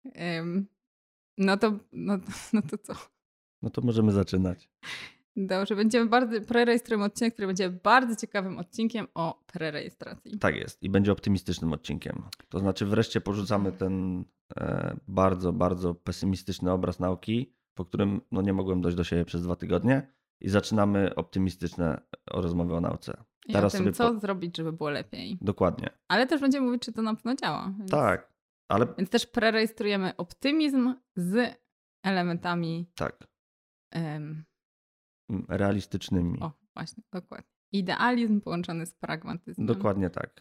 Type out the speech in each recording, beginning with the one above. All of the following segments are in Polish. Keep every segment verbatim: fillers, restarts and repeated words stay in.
Ym, no, to, no, no to co? No to możemy zaczynać. Dobrze, będziemy bardzo, prerejestrujemy odcinek, który będzie bardzo ciekawym odcinkiem o prerejestracji. Tak jest i będzie optymistycznym odcinkiem. To znaczy wreszcie porzucamy ten e, bardzo, bardzo pesymistyczny obraz nauki, po którym no, nie mogłem dojść do siebie przez dwa tygodnie i zaczynamy optymistyczne rozmowy o nauce. I Teraz o tym, sobie co po... zrobić, żeby było lepiej. Dokładnie. Ale też będziemy mówić, czy to na pewno działa. Więc... Tak, ale... Więc też prerejestrujemy optymizm z elementami... Tak. Um... Realistycznymi. O, właśnie, dokładnie. Idealizm połączony z pragmatyzmem. Dokładnie tak.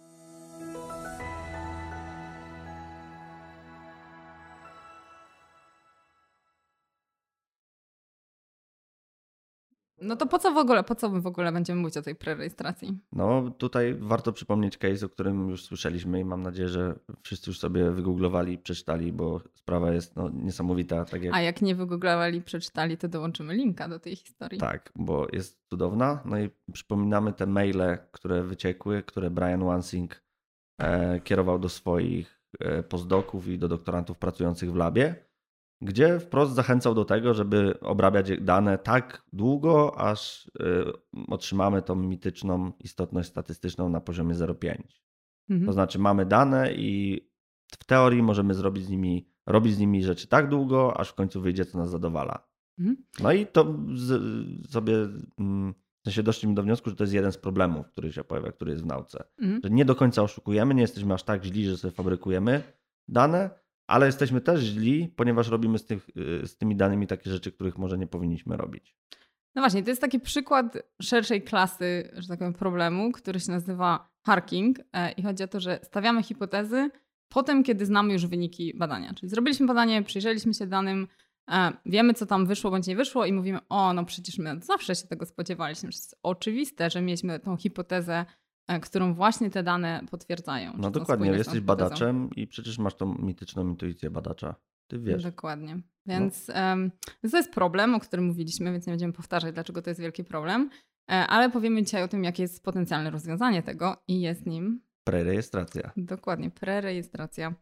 No to po co w ogóle, po co my w ogóle będziemy mówić o tej prerejestracji? No tutaj warto przypomnieć case, o którym już słyszeliśmy i mam nadzieję, że wszyscy już sobie wygooglowali, przeczytali, bo sprawa jest no, niesamowita. Tak jak... A jak nie wygooglowali, przeczytali, to dołączymy linka do tej historii. Tak, bo jest cudowna. No i przypominamy te maile, które wyciekły, które Brian Wansing e, kierował do swoich e, postdoków i do doktorantów pracujących w labie, gdzie wprost zachęcał do tego, żeby obrabiać dane tak długo, aż y, otrzymamy tą mityczną istotność statystyczną na poziomie zero przecinek pięć. Mhm. To znaczy mamy dane i w teorii możemy zrobić z nimi, robić z nimi rzeczy tak długo, aż w końcu wyjdzie, co nas zadowala. Mhm. No i to z, sobie w sensie doszliśmy do wniosku, że to jest jeden z problemów, który się pojawia, który jest w nauce. Mhm. Że nie do końca oszukujemy, nie jesteśmy aż tak źli, że sobie fabrykujemy dane, ale jesteśmy też źli, ponieważ robimy z, tych, z tymi danymi takie rzeczy, których może nie powinniśmy robić. No właśnie, to jest taki przykład szerszej klasy, że tak powiem, problemu, który się nazywa harking i chodzi o to, że stawiamy hipotezy potem, kiedy znamy już wyniki badania. Czyli zrobiliśmy badanie, przyjrzeliśmy się danym, wiemy, co tam wyszło bądź nie wyszło i mówimy, o, no przecież my zawsze się tego spodziewaliśmy. To jest oczywiste, że mieliśmy tą hipotezę, którą właśnie te dane potwierdzają. No dokładnie, jesteś badaczem i przecież masz tą mityczną intuicję badacza. Ty wiesz. Dokładnie. Więc, no. um, więc to jest problem, o którym mówiliśmy, więc nie będziemy powtarzać, dlaczego to jest wielki problem, ale powiemy dzisiaj o tym, jakie jest potencjalne rozwiązanie tego i jest nim... Prerejestracja. Dokładnie, prerejestracja.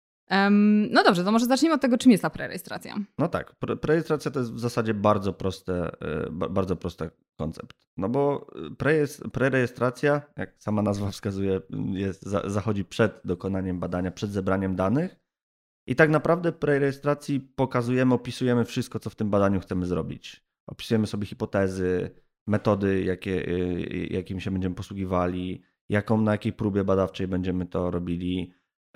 Um, no dobrze, to może zacznijmy od tego, czym jest ta prerejestracja. No tak, pre prerejestracja to jest w zasadzie bardzo proste, bardzo prosty koncept. No bo prerejestracja, jak sama nazwa wskazuje, jest, zachodzi przed dokonaniem badania, przed zebraniem danych. I tak naprawdę w prerejestracji pokazujemy, opisujemy wszystko, co w tym badaniu chcemy zrobić. Opisujemy sobie hipotezy, metody, jakie, jakim się będziemy posługiwali, jaką, na jakiej próbie badawczej będziemy to robili,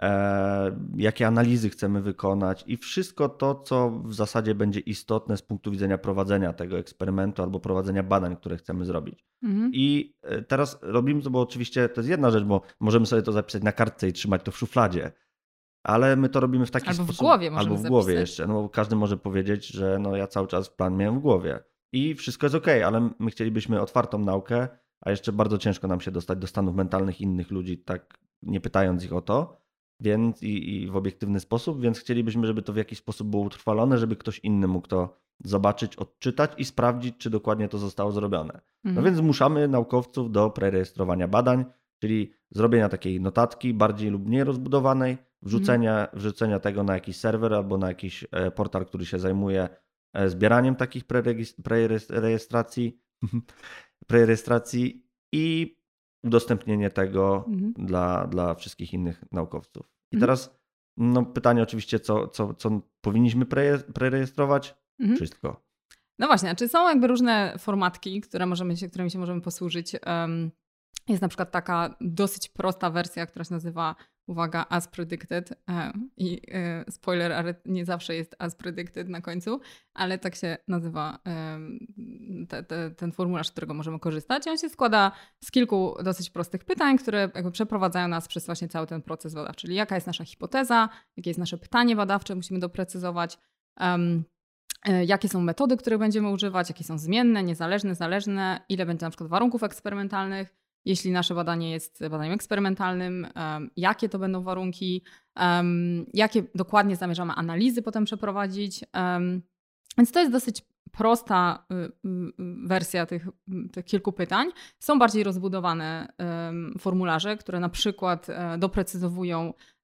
e, jakie analizy chcemy wykonać i wszystko to, co w zasadzie będzie istotne z punktu widzenia prowadzenia tego eksperymentu albo prowadzenia badań, które chcemy zrobić. Mhm. I teraz robimy to, bo oczywiście to jest jedna rzecz, bo możemy sobie to zapisać na kartce i trzymać to w szufladzie. Ale my to robimy w taki albo sposób. W głowie albo w głowie zapisać. Jeszcze. No bo każdy może powiedzieć, że no ja cały czas plan miałem w głowie. I wszystko jest okej, ale my chcielibyśmy otwartą naukę, a jeszcze bardzo ciężko nam się dostać do stanów mentalnych innych ludzi, tak nie pytając ich o to, więc i, i w obiektywny sposób, więc chcielibyśmy, żeby to w jakiś sposób było utrwalone, żeby ktoś inny mógł to zobaczyć, odczytać i sprawdzić, czy dokładnie to zostało zrobione. Mhm. No więc zmuszamy naukowców do prerejestrowania badań, czyli zrobienia takiej notatki bardziej lub mniej rozbudowanej, wrzucenia, mhm. wrzucenia tego na jakiś serwer albo na jakiś portal, który się zajmuje zbieraniem takich prerejestracji, prerejestracji i udostępnienie tego mhm. dla, dla wszystkich innych naukowców. I mhm. teraz no, pytanie oczywiście, co, co, co powinniśmy prerejestrować? Mhm. Wszystko. No właśnie, czy są jakby różne formatki, które możemy się, którymi się możemy posłużyć? Um, jest na przykład taka dosyć prosta wersja, która się nazywa, uwaga, as predicted. I spoiler, ale nie zawsze jest as predicted na końcu, ale tak się nazywa te, te, ten formularz, z którego możemy korzystać. I on się składa z kilku dosyć prostych pytań, które jakby przeprowadzają nas przez właśnie cały ten proces badawczy. Czyli jaka jest nasza hipoteza, jakie jest nasze pytanie badawcze, musimy doprecyzować. Um, Jakie są metody, których będziemy używać, jakie są zmienne, niezależne, zależne, ile będzie na przykład warunków eksperymentalnych, jeśli nasze badanie jest badaniem eksperymentalnym, um, jakie to będą warunki, um, jakie dokładnie zamierzamy analizy potem przeprowadzić. Um, więc to jest dosyć prosta y, y, wersja tych, tych kilku pytań. Są bardziej rozbudowane um, formularze, które na przykład e, doprecyzowują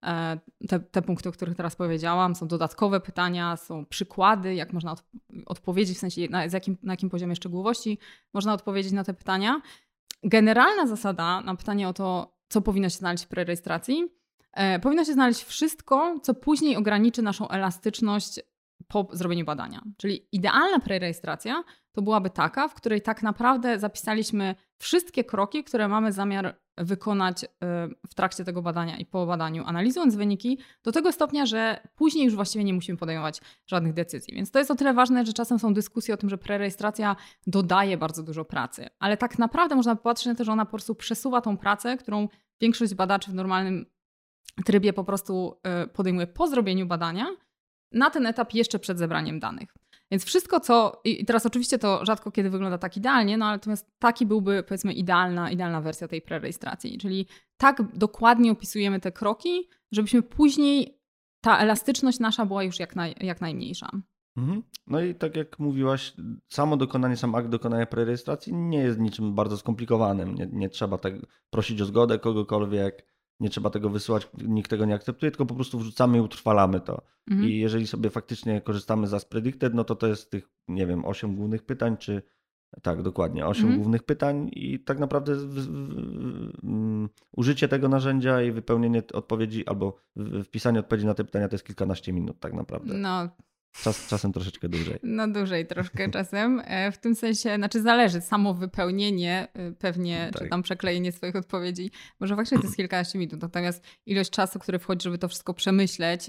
te, te punkty, o których teraz powiedziałam, są dodatkowe pytania, są przykłady, jak można od, odpowiedzieć, w sensie na, z jakim, na jakim poziomie szczegółowości można odpowiedzieć na te pytania. Generalna zasada na pytanie o to, co powinno się znaleźć w prerejestracji, e, powinno się znaleźć wszystko, co później ograniczy naszą elastyczność po zrobieniu badania. Czyli idealna prerejestracja to byłaby taka, w której tak naprawdę zapisaliśmy wszystkie kroki, które mamy zamiar wykonać w trakcie tego badania i po badaniu, analizując wyniki do tego stopnia, że później już właściwie nie musimy podejmować żadnych decyzji. Więc to jest o tyle ważne, że czasem są dyskusje o tym, że prerejestracja dodaje bardzo dużo pracy. Ale tak naprawdę można popatrzeć na to, że ona po prostu przesuwa tą pracę, którą większość badaczy w normalnym trybie po prostu podejmuje po zrobieniu badania, na ten etap jeszcze przed zebraniem danych. Więc wszystko, co... I teraz oczywiście to rzadko kiedy wygląda tak idealnie, no ale natomiast taki byłby, powiedzmy, idealna, idealna wersja tej prerejestracji. Czyli tak dokładnie opisujemy te kroki, żebyśmy później ta elastyczność nasza była już jak, naj, jak najmniejsza. Mhm. No i tak jak mówiłaś, samo dokonanie, sam akt dokonania prerejestracji nie jest niczym bardzo skomplikowanym. Nie, nie trzeba tak prosić o zgodę kogokolwiek, nie trzeba tego wysyłać, nikt tego nie akceptuje, tylko po prostu wrzucamy i utrwalamy to. Mhm. I jeżeli sobie faktycznie korzystamy z As Predicted, no to to jest tych, nie wiem, osiem głównych pytań, czy tak, dokładnie, osiem mhm. głównych pytań i tak naprawdę w, w, w, um, użycie tego narzędzia i wypełnienie odpowiedzi albo wpisanie odpowiedzi na te pytania to jest kilkanaście minut tak naprawdę. No. Czas, czasem troszeczkę dłużej. No dłużej troszkę czasem. W tym sensie, znaczy zależy, samo wypełnienie pewnie, tak. czy tam przeklejenie swoich odpowiedzi, może faktycznie to jest kilkanaście minut, natomiast ilość czasu, który wchodzi, żeby to wszystko przemyśleć,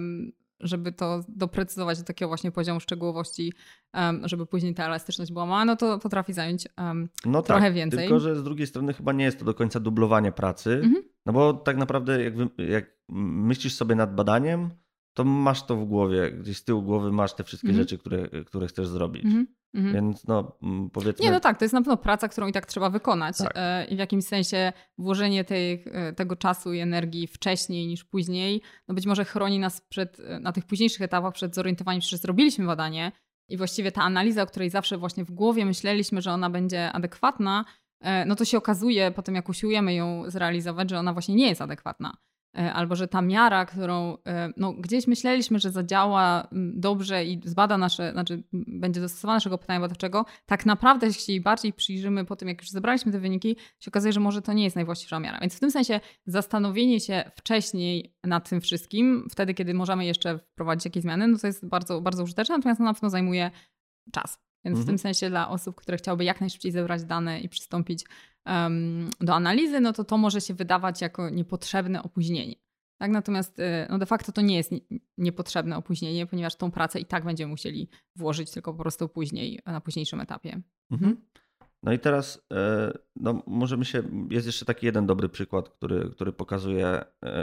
żeby to doprecyzować do takiego właśnie poziomu szczegółowości, żeby później ta elastyczność była mała, no to potrafi zająć no trochę tak, więcej. Tylko, że z drugiej strony chyba nie jest to do końca dublowanie pracy, mhm. no bo tak naprawdę jak, wy, jak myślisz sobie nad badaniem, to masz to w głowie, gdzieś z tyłu głowy masz te wszystkie mm-hmm. rzeczy, które, które chcesz zrobić. Mm-hmm. Więc no powiedzmy... Nie, no tak, to jest na pewno praca, którą i tak trzeba wykonać. Tak. I w jakimś sensie włożenie tej, tego czasu i energii wcześniej niż później, no być może chroni nas przed, na tych późniejszych etapach przed zorientowaniem się, że zrobiliśmy badanie i właściwie ta analiza, o której zawsze właśnie w głowie myśleliśmy, że ona będzie adekwatna, no to się okazuje potem, jak usiłujemy ją zrealizować, że ona właśnie nie jest adekwatna. Albo że ta miara, którą no, gdzieś myśleliśmy, że zadziała dobrze i zbada nasze, znaczy będzie dostosowana naszego pytania badawczego, tak naprawdę jeśli się jej bardziej przyjrzymy po tym, jak już zebraliśmy te wyniki, się okazuje, że może to nie jest najwłaściwsza miara. Więc w tym sensie zastanowienie się wcześniej nad tym wszystkim, wtedy kiedy możemy jeszcze wprowadzić jakieś zmiany, no to jest bardzo, bardzo użyteczne, natomiast na pewno zajmuje czas. Więc mhm. w tym sensie dla osób, które chciałyby jak najszybciej zebrać dane i przystąpić um, do analizy, no to to może się wydawać jako niepotrzebne opóźnienie. Tak? Natomiast no de facto to nie jest niepotrzebne opóźnienie, ponieważ tą pracę i tak będziemy musieli włożyć, tylko po prostu później, na późniejszym etapie. Mhm. No i teraz no możemy się, jest jeszcze taki jeden dobry przykład, który, który pokazuje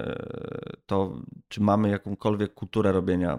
to, czy mamy jakąkolwiek kulturę robienia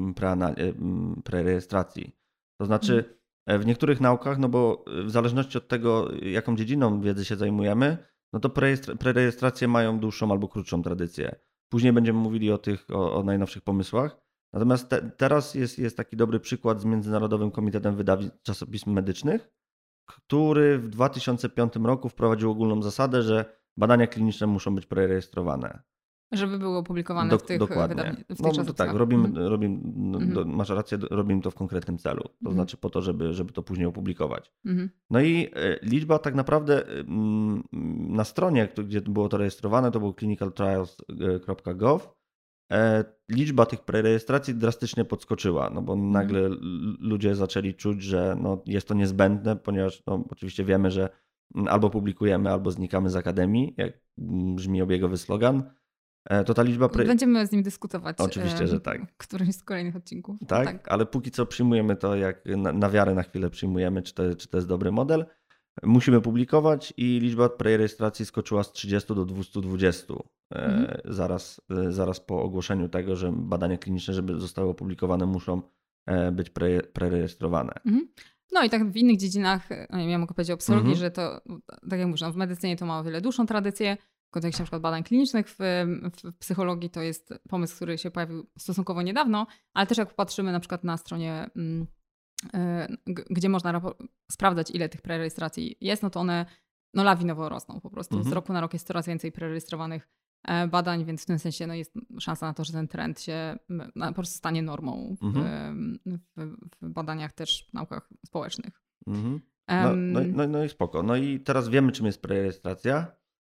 prerejestracji. To znaczy w niektórych naukach, no bo w zależności od tego, jaką dziedziną wiedzy się zajmujemy, no to prerejestracje mają dłuższą albo krótszą tradycję. Później będziemy mówili o tych, o, o najnowszych pomysłach. Natomiast te, teraz jest, jest taki dobry przykład z Międzynarodowym Komitetem Wydawnictw Czasopism Medycznych, który w dwa tysiące piątym roku wprowadził ogólną zasadę, że badania kliniczne muszą być prerejestrowane. Żeby były opublikowane Do, w tych Dokładnie. W tych no to tak, robimy, mm. robimy, no, mm. do, masz rację, robimy to w konkretnym celu. To mm. znaczy po to, żeby, żeby to później opublikować. Mm. No i liczba tak naprawdę na stronie, gdzie było to rejestrowane, to był clinical trials kropka gov. Liczba tych prerejestracji drastycznie podskoczyła, no bo mm. nagle ludzie zaczęli czuć, że no jest to niezbędne, ponieważ no oczywiście wiemy, że albo publikujemy, albo znikamy z akademii, jak brzmi obiegowy slogan. To ta liczba pre... Będziemy z nim dyskutować. Oczywiście, że tak. W którymś z kolejnych odcinków. Tak, tak. Ale póki co przyjmujemy to, jak na, na wiarę na chwilę przyjmujemy, czy to, czy to jest dobry model. Musimy publikować i liczba prerejestracji skoczyła z trzydziestu do dwustu dwudziestu mhm. e, zaraz, e, zaraz po ogłoszeniu tego, że badania kliniczne, żeby zostały opublikowane, muszą e, być pre, prerejestrowane. Mhm. No i tak w innych dziedzinach, ja mogę powiedzieć o psychologii, mhm. że to, tak jak mówię, w medycynie to ma o wiele dłuższą tradycję. W kontekście na przykład badań klinicznych w, w psychologii to jest pomysł, który się pojawił stosunkowo niedawno, ale też jak popatrzymy na przykład na stronie, y, gdzie można sprawdzać, ile tych prerejestracji jest, no to one no, lawinowo rosną po prostu. Mhm. Z roku na rok jest coraz więcej prerejestrowanych badań, więc w tym sensie no, jest szansa na to, że ten trend się po prostu stanie normą w, mhm. w, w badaniach też w naukach społecznych. Mhm. No, no, no, no i spoko. No i teraz wiemy, czym jest prerejestracja.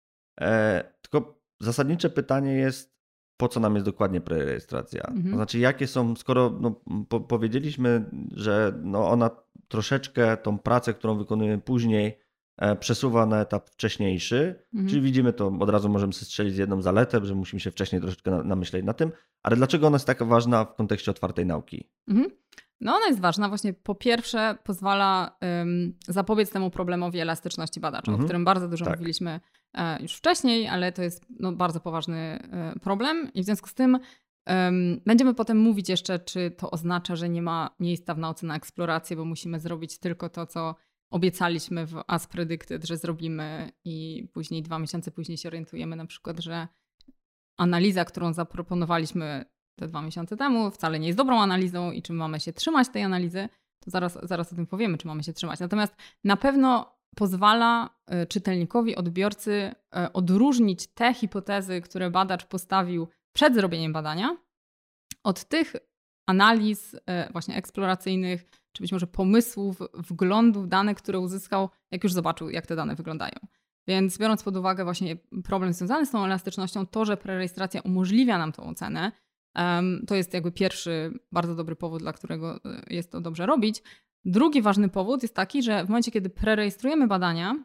E, tylko zasadnicze pytanie jest, po co nam jest dokładnie prerejestracja? Mhm. To znaczy, jakie są, skoro no, po, powiedzieliśmy, że no, ona troszeczkę tą pracę, którą wykonujemy później, e, przesuwa na etap wcześniejszy, mhm. czyli widzimy to, od razu możemy sobie strzelić z jedną zaletę, że musimy się wcześniej troszeczkę na, namyśleć na tym, ale dlaczego ona jest taka ważna w kontekście otwartej nauki? Mhm. No ona jest ważna właśnie, po pierwsze pozwala um, zapobiec temu problemowi elastyczności badacza, mhm. o którym bardzo dużo tak. mówiliśmy e, już wcześniej, ale to jest no, bardzo poważny e, problem i w związku z tym um, będziemy potem mówić jeszcze, czy to oznacza, że nie ma miejsca w nauce na eksplorację, bo musimy zrobić tylko to, co obiecaliśmy w As Predicted, że zrobimy i później dwa miesiące później się orientujemy na przykład, że analiza, którą zaproponowaliśmy te dwa miesiące temu, wcale nie jest dobrą analizą i czy mamy się trzymać tej analizy, to zaraz, zaraz o tym powiemy, czy mamy się trzymać. Natomiast na pewno pozwala czytelnikowi, odbiorcy odróżnić te hipotezy, które badacz postawił przed zrobieniem badania, od tych analiz właśnie eksploracyjnych, czy być może pomysłów, wglądów, danych, które uzyskał, jak już zobaczył, jak te dane wyglądają. Więc biorąc pod uwagę właśnie problem związany z tą elastycznością, to, że prerejestracja umożliwia nam tą ocenę, Um, to jest jakby pierwszy bardzo dobry powód, dla którego jest to dobrze robić. Drugi ważny powód jest taki, że w momencie, kiedy prerejestrujemy badania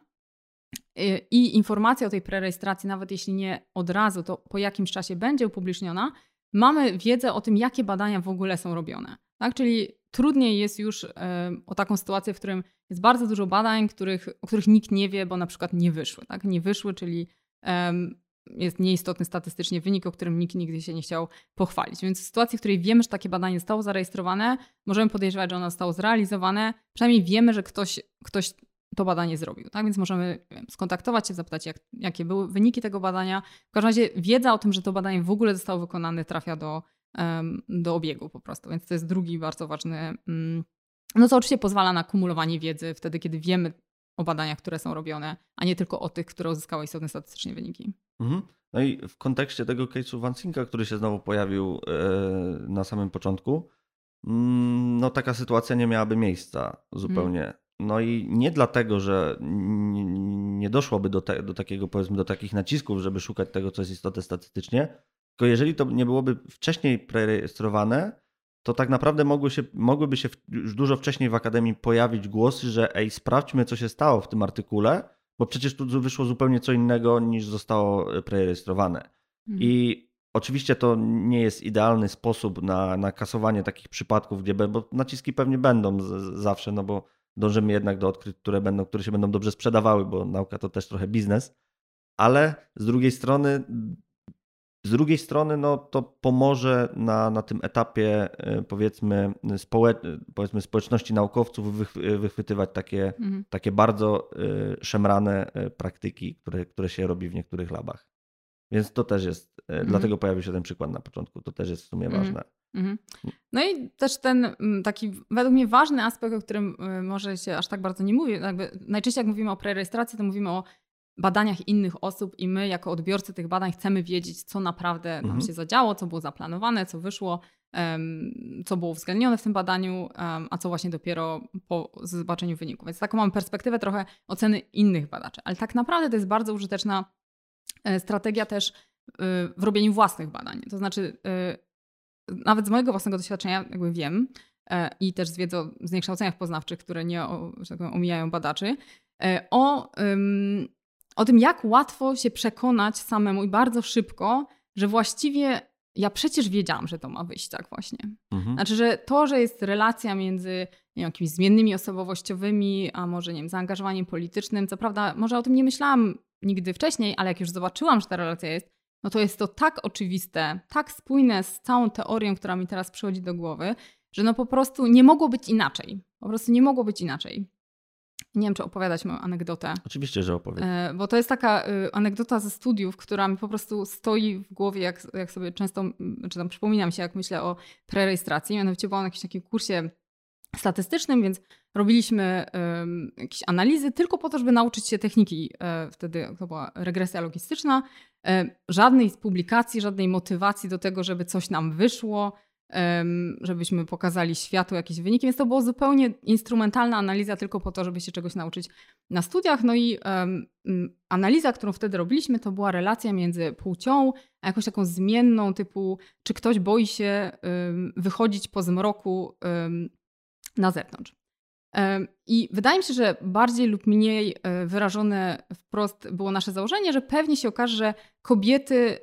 i, i informacja o tej prerejestracji, nawet jeśli nie od razu, to po jakimś czasie będzie upubliczniona, mamy wiedzę o tym, jakie badania w ogóle są robione. Tak? Czyli trudniej jest już um, o taką sytuację, w którym jest bardzo dużo badań, których, o których nikt nie wie, bo na przykład nie wyszły. Tak? Nie wyszły, czyli um, jest nieistotny statystycznie wynik, o którym nikt nigdy się nie chciał pochwalić. Więc w sytuacji, w której wiemy, że takie badanie zostało zarejestrowane, możemy podejrzewać, że ono zostało zrealizowane, przynajmniej wiemy, że ktoś, ktoś to badanie zrobił. Tak? Więc możemy wiem, skontaktować się, zapytać, jak, jakie były wyniki tego badania. W każdym razie wiedza o tym, że to badanie w ogóle zostało wykonane, trafia do, um, do obiegu po prostu. Więc to jest drugi bardzo ważny... Um, no co oczywiście pozwala na kumulowanie wiedzy wtedy, kiedy wiemy o badaniach, które są robione, a nie tylko o tych, które uzyskały istotne statystycznie wyniki. Mhm. No i w kontekście tego case'u Vansinka, który się znowu pojawił yy, na samym początku, yy, no taka sytuacja nie miałaby miejsca zupełnie. Mhm. No i nie dlatego, że nie, nie doszłoby do, te, do takiego, powiedzmy, do takich nacisków, żeby szukać tego, co jest istotne statystycznie, tylko jeżeli to nie byłoby wcześniej prerejestrowane, to tak naprawdę mogły się, mogłyby się już dużo wcześniej w Akademii pojawić głosy, że ej, sprawdźmy, co się stało w tym artykule, bo przecież tu wyszło zupełnie co innego, niż zostało prerejestrowane. Hmm. I oczywiście to nie jest idealny sposób na, na kasowanie takich przypadków, gdzie, bo naciski pewnie będą z, zawsze, no bo dążymy jednak do odkryć, które będą, które się będą dobrze sprzedawały, bo nauka to też trochę biznes, ale z drugiej strony Z drugiej strony no, to pomoże na, na tym etapie powiedzmy, społecz, powiedzmy społeczności naukowców wychwytywać takie, mhm. takie bardzo szemrane praktyki, które, które się robi w niektórych labach. Więc to też jest, mhm. dlatego pojawił się ten przykład na początku, to też jest w sumie mhm. ważne. Mhm. No i też ten taki według mnie ważny aspekt, o którym może się aż tak bardzo nie mówi, jakby najczęściej jak mówimy o prerejestracji, to mówimy o badaniach innych osób i my jako odbiorcy tych badań chcemy wiedzieć, co naprawdę nam mhm. się zadziało, co było zaplanowane, co wyszło, um, co było uwzględnione w tym badaniu, um, a co właśnie dopiero po zobaczeniu wyników. Więc taką mamy perspektywę trochę oceny innych badaczy. Ale tak naprawdę to jest bardzo użyteczna strategia też w robieniu własnych badań. To znaczy nawet z mojego własnego doświadczenia jakby wiem i też z wiedzy o zniekształceniach poznawczych, które nie że tak powiem, omijają badaczy, o, o tym, jak łatwo się przekonać samemu i bardzo szybko, że właściwie ja przecież wiedziałam, że to ma wyjść tak właśnie. Mhm. Znaczy, że to, że jest relacja między nie wiem, jakimiś zmiennymi osobowościowymi, a może nie wiem, zaangażowaniem politycznym, co prawda może o tym nie myślałam nigdy wcześniej, ale jak już zobaczyłam, że ta relacja jest, no to jest to tak oczywiste, tak spójne z całą teorią, która mi teraz przychodzi do głowy, że no po prostu nie mogło być inaczej. Po prostu nie mogło być inaczej. Nie wiem, czy opowiadać moją anegdotę. Oczywiście, że opowiedz. Bo to jest taka anegdota ze studiów, która mi po prostu stoi w głowie, jak, jak sobie często, czy tam przypominam się, jak myślę o prerejestracji. Mianowicie byłam na jakimś takim kursie statystycznym, więc robiliśmy um, jakieś analizy tylko po to, żeby nauczyć się techniki. E, wtedy to była regresja logistyczna. E, żadnej z publikacji, żadnej motywacji do tego, żeby coś nam wyszło, um, żebyśmy pokazali światu jakieś wyniki, więc to była zupełnie instrumentalna analiza tylko po to, żeby się czegoś nauczyć na studiach. No i um, analiza, którą wtedy robiliśmy, to była relacja między płcią a jakąś taką zmienną typu, czy ktoś boi się um, wychodzić po zmroku um, na zewnątrz. I wydaje mi się, że bardziej lub mniej wyrażone wprost było nasze założenie, że pewnie się okaże, że kobiety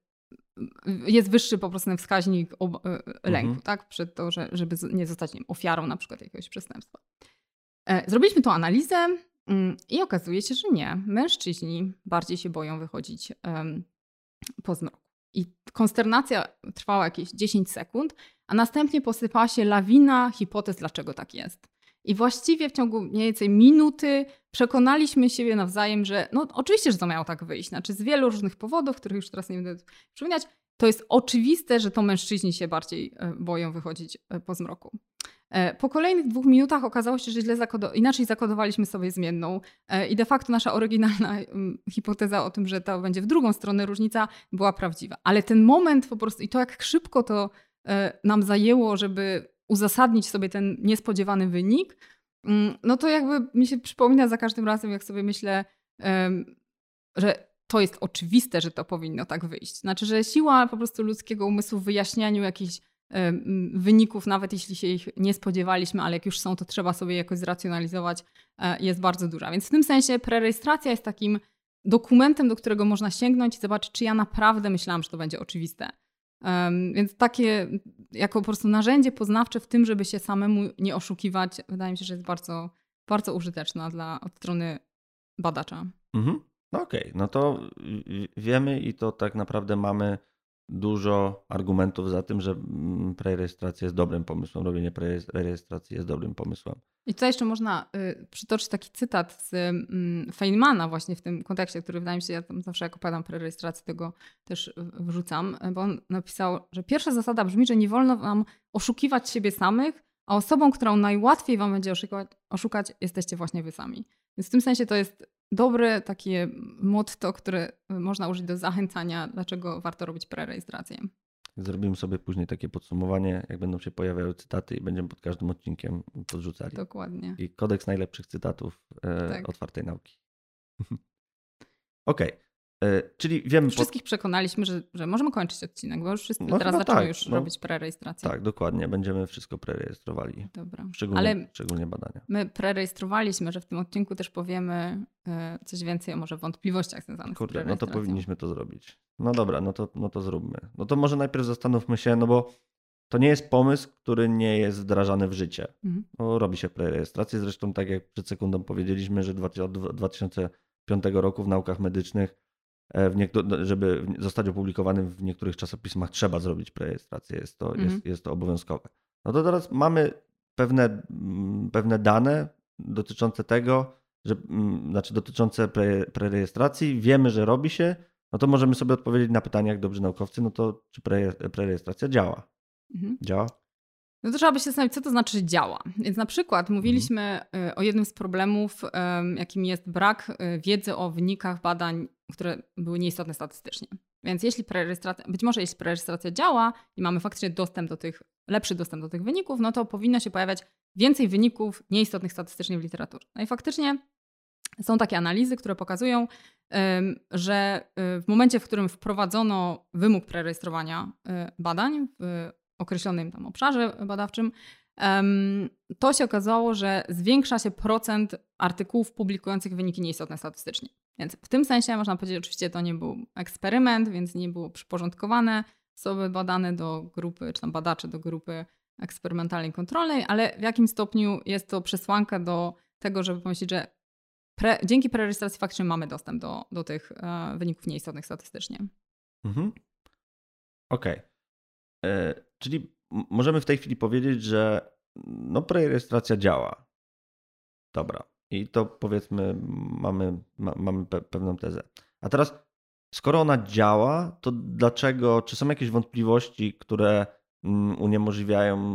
jest wyższy po prostu ten wskaźnik lęku, mhm. tak? Przed to, że, żeby nie zostać nie wiem, ofiarą na przykład jakiegoś przestępstwa. Zrobiliśmy tą analizę i okazuje się, że nie. Mężczyźni bardziej się boją wychodzić po zmroku. I konsternacja trwała jakieś dziesięć sekund, a następnie posypała się lawina hipotez, dlaczego tak jest. I właściwie w ciągu mniej więcej minuty przekonaliśmy siebie nawzajem, że no oczywiście, że to miało tak wyjść. Znaczy z wielu różnych powodów, których już teraz nie będę przypominać, to jest oczywiste, że to mężczyźni się bardziej boją wychodzić po zmroku. Po kolejnych dwóch minutach okazało się, że źle zakodo- inaczej zakodowaliśmy sobie zmienną i de facto nasza oryginalna hipoteza o tym, że to będzie w drugą stronę różnica, była prawdziwa. Ale ten moment po prostu i to jak szybko to nam zajęło, żeby uzasadnić sobie ten niespodziewany wynik, no to jakby mi się przypomina za każdym razem, jak sobie myślę, że to jest oczywiste, że to powinno tak wyjść. Znaczy, że siła po prostu ludzkiego umysłu w wyjaśnianiu jakichś wyników, nawet jeśli się ich nie spodziewaliśmy, ale jak już są, to trzeba sobie jakoś zracjonalizować, jest bardzo duża. Więc w tym sensie prerejestracja jest takim dokumentem, do którego można sięgnąć i zobaczyć, czy ja naprawdę myślałam, że to będzie oczywiste. Um, więc takie jako po prostu narzędzie poznawcze w tym, żeby się samemu nie oszukiwać, wydaje mi się, że jest bardzo, bardzo użyteczna dla od strony badacza. Mhm. No okej, okay. No to wiemy i to tak naprawdę mamy dużo argumentów za tym, że prerejestracja jest dobrym pomysłem, robienie prerejestracji jest dobrym pomysłem. I tutaj jeszcze można y, przytoczyć taki cytat z y, Feynmana właśnie w tym kontekście, który wydaje mi się, ja tam zawsze jak opowiadam prerejestrację, tego też wrzucam, bo on napisał, że pierwsza zasada brzmi, że nie wolno wam oszukiwać siebie samych, a osobą, którą najłatwiej wam będzie oszukać, oszukać jesteście właśnie wy sami. Więc w tym sensie to jest dobre takie motto, które można użyć do zachęcania, dlaczego warto robić prerejestrację. Zrobimy sobie później takie podsumowanie, jak będą się pojawiały cytaty i będziemy pod każdym odcinkiem podrzucali. Dokładnie. I kodeks najlepszych cytatów e, tak. Otwartej nauki. Okej, okay. Czyli wiemy... Wszystkich pod... przekonaliśmy, że, że możemy kończyć odcinek, bo już wszyscy no teraz zaczęły tak. już no, robić prerejestrację. Tak, dokładnie. Będziemy wszystko prerejestrowali. Dobra. Szczególnie, Ale szczególnie badania. My prerejestrowaliśmy, że w tym odcinku też powiemy coś więcej o może wątpliwościach związanych Kurde, z prerejestracją. No to powinniśmy to zrobić. No dobra, no to, no to zróbmy. No to może najpierw zastanówmy się, no bo to nie jest pomysł, który nie jest wdrażany w życie. Mhm. No, robi się prerejestrację. Zresztą tak jak przed sekundą powiedzieliśmy, że od dwa tysiące piątego roku w naukach medycznych, w niektórych, żeby zostać opublikowanym w niektórych czasopismach, trzeba zrobić prerejestrację. Jest to, mhm. jest, jest to obowiązkowe. No to teraz mamy pewne, pewne dane dotyczące tego, że, znaczy dotyczące pre, prerejestracji. Wiemy, że robi się, no to możemy sobie odpowiedzieć na pytanie, jak dobrzy naukowcy, no to czy pre, prerejestracja działa? Mhm. Działa? No to trzeba by się zastanowić, co to znaczy, że działa. Więc na przykład mówiliśmy mhm. o jednym z problemów, jakim jest brak wiedzy o wynikach badań, które były nieistotne statystycznie. Więc jeśli prerejestracja, być może jeśli prerejestracja działa i mamy faktycznie dostęp do tych, lepszy dostęp do tych wyników, no to powinno się pojawiać więcej wyników nieistotnych statystycznie w literaturze. No i faktycznie są takie analizy, które pokazują, że w momencie, w którym wprowadzono wymóg prerejestrowania badań w określonym tam obszarze badawczym, to się okazało, że zwiększa się procent artykułów publikujących wyniki nieistotne statystycznie. Więc w tym sensie można powiedzieć, oczywiście to nie był eksperyment, więc nie było przyporządkowane osoby badane do grupy, czy tam badacze do grupy eksperymentalnej kontrolnej, ale w jakim stopniu jest to przesłanka do tego, żeby pomyśleć, że pre, dzięki prerejestracji faktycznie mamy dostęp do, do tych e, wyników nieistotnych statystycznie. Mhm. Okej. Okay. Czyli możemy w tej chwili powiedzieć, że no prerejestracja działa. Dobra. I to powiedzmy mamy, ma, mamy pe, pewną tezę. A teraz, skoro ona działa, to dlaczego, czy są jakieś wątpliwości, które uniemożliwiają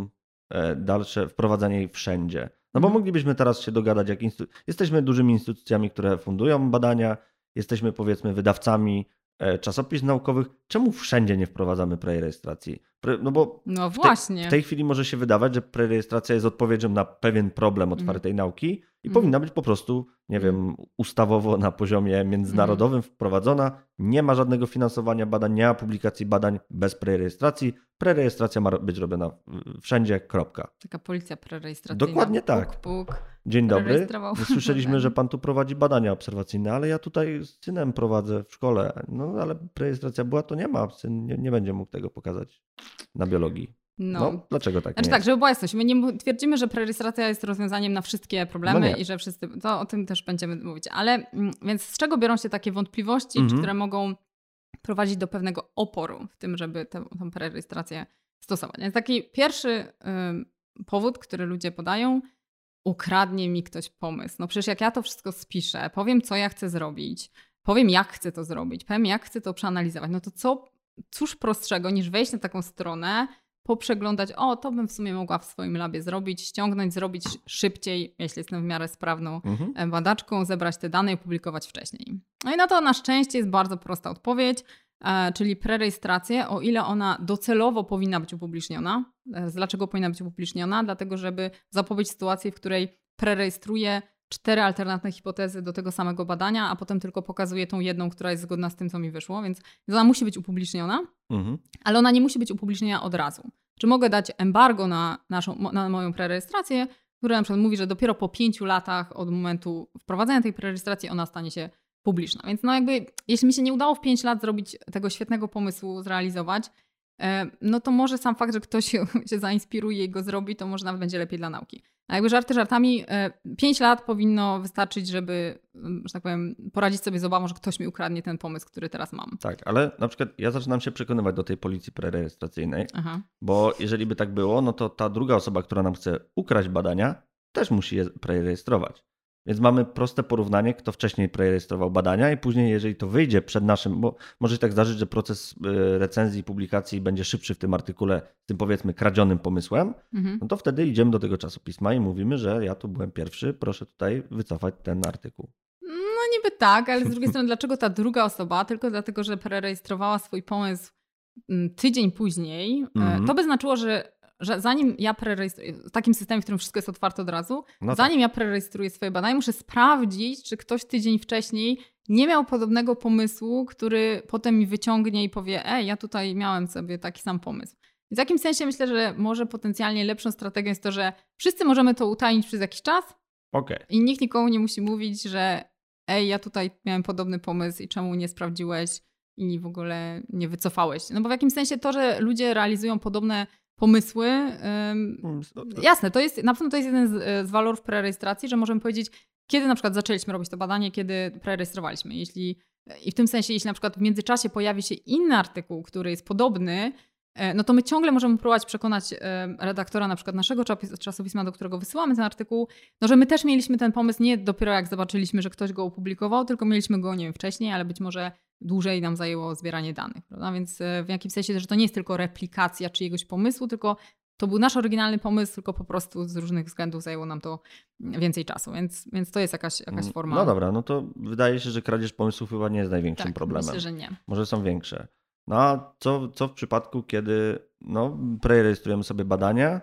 dalsze wprowadzanie jej wszędzie. No bo Mhm. moglibyśmy teraz się dogadać, jak instytu- jesteśmy dużymi instytucjami, które fundują badania, jesteśmy powiedzmy wydawcami czasopism naukowych. Czemu wszędzie nie wprowadzamy prerejestracji? Pre- No bo No w, te- właśnie. w tej chwili może się wydawać, że prerejestracja jest odpowiedzią na pewien problem otwartej nauki i Mhm. powinna być po prostu, nie wiem, ustawowo na poziomie międzynarodowym wprowadzona. Nie ma żadnego finansowania badań, nie ma publikacji badań bez prerejestracji. Prerejestracja ma być robiona wszędzie, kropka. Taka policja prerejestracyjna. Dokładnie tak. Puk, puk. Dzień dobry. Prerejestrował. My słyszeliśmy, że pan tu prowadzi badania obserwacyjne, ale ja tutaj z synem prowadzę w szkole. No ale prerejestracja była, to nie ma. Syn nie, nie będzie mógł tego pokazać na biologii. No. No, dlaczego tak Znaczy nie tak, jest? żeby była jasność, my nie twierdzimy, że prerejestracja jest rozwiązaniem na wszystkie problemy No nie. i że wszyscy, to o tym też będziemy mówić, ale mm, więc z czego biorą się takie wątpliwości, Mhm. które mogą prowadzić do pewnego oporu w tym, żeby tę, tę prerejestrację stosować. Więc taki pierwszy ym, powód, który ludzie podają, ukradnie mi ktoś pomysł. No przecież jak ja to wszystko spiszę, powiem co ja chcę zrobić, powiem jak chcę to zrobić, powiem jak chcę to przeanalizować, no to co, cóż prostszego niż wejść na taką stronę, poprzeglądać, o to bym w sumie mogła w swoim labie zrobić, ściągnąć, zrobić szybciej, jeśli jestem w miarę sprawną Mhm. badaczką, zebrać te dane i publikować wcześniej. No i na to na szczęście jest bardzo prosta odpowiedź, e, czyli prerejestrację, o ile ona docelowo powinna być upubliczniona. E, Dlaczego powinna być upubliczniona? Dlatego, żeby zapobiec sytuacji, w której prerejestruję cztery alternatywne hipotezy do tego samego badania, a potem tylko pokazuję tą jedną, która jest zgodna z tym, co mi wyszło, więc ona musi być upubliczniona, Mhm. ale ona nie musi być upubliczniona od razu. Czy mogę dać embargo na, naszą, na moją prerejestrację, która na przykład mówi, że dopiero po pięciu latach od momentu wprowadzenia tej prerejestracji ona stanie się publiczna. Więc no jakby, jeśli mi się nie udało w pięć lat zrobić tego świetnego pomysłu, zrealizować, e, no to może sam fakt, że ktoś się, się zainspiruje i go zrobi, to może nawet będzie lepiej dla nauki. A jakby żarty żartami, e, pięć lat powinno wystarczyć, żeby, m, że tak powiem, poradzić sobie z obawą, że ktoś mi ukradnie ten pomysł, który teraz mam. Tak, ale na przykład ja zaczynam się przekonywać do tej policji prerejestracyjnej, Aha. bo jeżeli by tak było, no to ta druga osoba, która nam chce ukraść badania, też musi je prerejestrować. Więc mamy proste porównanie, kto wcześniej prerejestrował badania i później, jeżeli to wyjdzie przed naszym, bo może się tak zdarzyć, że proces y, recenzji i publikacji będzie szybszy w tym artykule z tym powiedzmy kradzionym pomysłem, Mhm. no to wtedy idziemy do tego czasopisma i mówimy, że ja tu byłem pierwszy, proszę tutaj wycofać ten artykuł. No niby tak, ale z drugiej strony dlaczego ta druga osoba? Tylko dlatego, że prerejestrowała swój pomysł mm, tydzień później. e, Mhm. To by znaczyło, że, że zanim ja prerejestruję, w takim systemie, w którym wszystko jest otwarte od razu, No zanim ja prerejestruję swoje badania, muszę sprawdzić, czy ktoś tydzień wcześniej nie miał podobnego pomysłu, który potem mi wyciągnie i powie, ej, ja tutaj miałem sobie taki sam pomysł. W jakimś sensie myślę, że może potencjalnie lepszą strategią jest to, że wszyscy możemy to utajnić przez jakiś czas, Okej. i nikt nikomu nie musi mówić, że ej, ja tutaj miałem podobny pomysł i czemu nie sprawdziłeś i w ogóle nie wycofałeś. No bo w jakimś sensie to, że ludzie realizują podobne pomysły, ym, Mm, jasne, to jest, na pewno to jest jeden z, z walorów prerejestracji, że możemy powiedzieć, kiedy na przykład zaczęliśmy robić to badanie, kiedy prerejestrowaliśmy. Jeśli, i w tym sensie, jeśli na przykład w międzyczasie pojawi się inny artykuł, który jest podobny, no to my ciągle możemy próbować przekonać redaktora na przykład naszego czasopisma, do którego wysyłamy ten artykuł, no że my też mieliśmy ten pomysł nie dopiero jak zobaczyliśmy, że ktoś go opublikował, tylko mieliśmy go, nie wiem, wcześniej, ale być może dłużej nam zajęło zbieranie danych, prawda? Więc w jakimś sensie, że to nie jest tylko replikacja czyjegoś pomysłu, tylko to był nasz oryginalny pomysł, tylko po prostu z różnych względów zajęło nam to więcej czasu, więc, więc to jest jakaś, jakaś forma. No dobra, no to wydaje się, że kradzież pomysłów chyba nie jest największym tak, problemem. myślę, że nie. Może są większe. No a co, co w przypadku, kiedy no, prerejestrujemy sobie badania,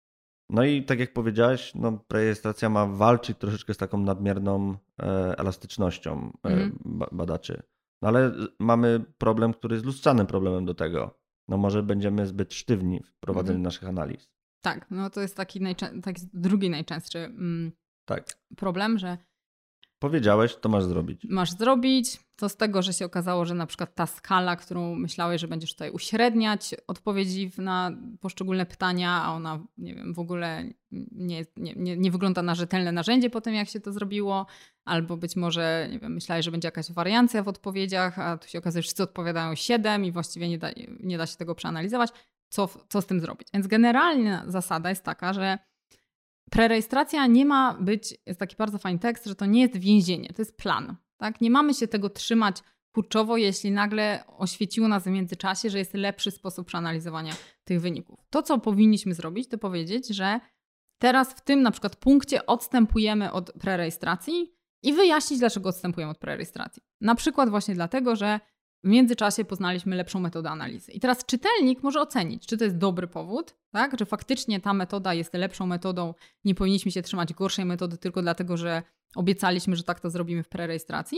no i tak jak powiedziałeś, no, prerejestracja ma walczyć troszeczkę z taką nadmierną e, elastycznością e, Mhm. ba- badaczy. No ale mamy problem, który jest lustrzanym problemem do tego. No może będziemy zbyt sztywni w prowadzeniu Mhm. naszych analiz. Tak, no to jest taki, najczę- taki drugi najczęstszy mm, Tak. problem, że Powiedziałeś, to masz zrobić. masz zrobić, to z tego, że się okazało, że na przykład ta skala, którą myślałeś, że będziesz tutaj uśredniać odpowiedzi na poszczególne pytania, a ona, nie wiem, w ogóle nie, nie, nie, nie wygląda na rzetelne narzędzie po tym, jak się to zrobiło, albo być może, nie wiem, myślałeś, że będzie jakaś wariancja w odpowiedziach, a tu się okazuje, że wszyscy odpowiadają siedem i właściwie nie da, nie da się tego przeanalizować. Co, co z tym zrobić? Więc generalna zasada jest taka, że prerejestracja nie ma być, jest taki bardzo fajny tekst, że to nie jest więzienie, to jest plan. Tak? Nie mamy się tego trzymać kurczowo, jeśli nagle oświeciło nas w międzyczasie, że jest lepszy sposób przeanalizowania tych wyników. To, co powinniśmy zrobić, to powiedzieć, że teraz w tym na przykład punkcie odstępujemy od prerejestracji i wyjaśnić, dlaczego odstępujemy od prerejestracji. Na przykład właśnie dlatego, że w międzyczasie poznaliśmy lepszą metodę analizy. I teraz czytelnik może ocenić, czy to jest dobry powód, tak? Że faktycznie ta metoda jest lepszą metodą, nie powinniśmy się trzymać gorszej metody tylko dlatego, że obiecaliśmy, że tak to zrobimy w prerejestracji.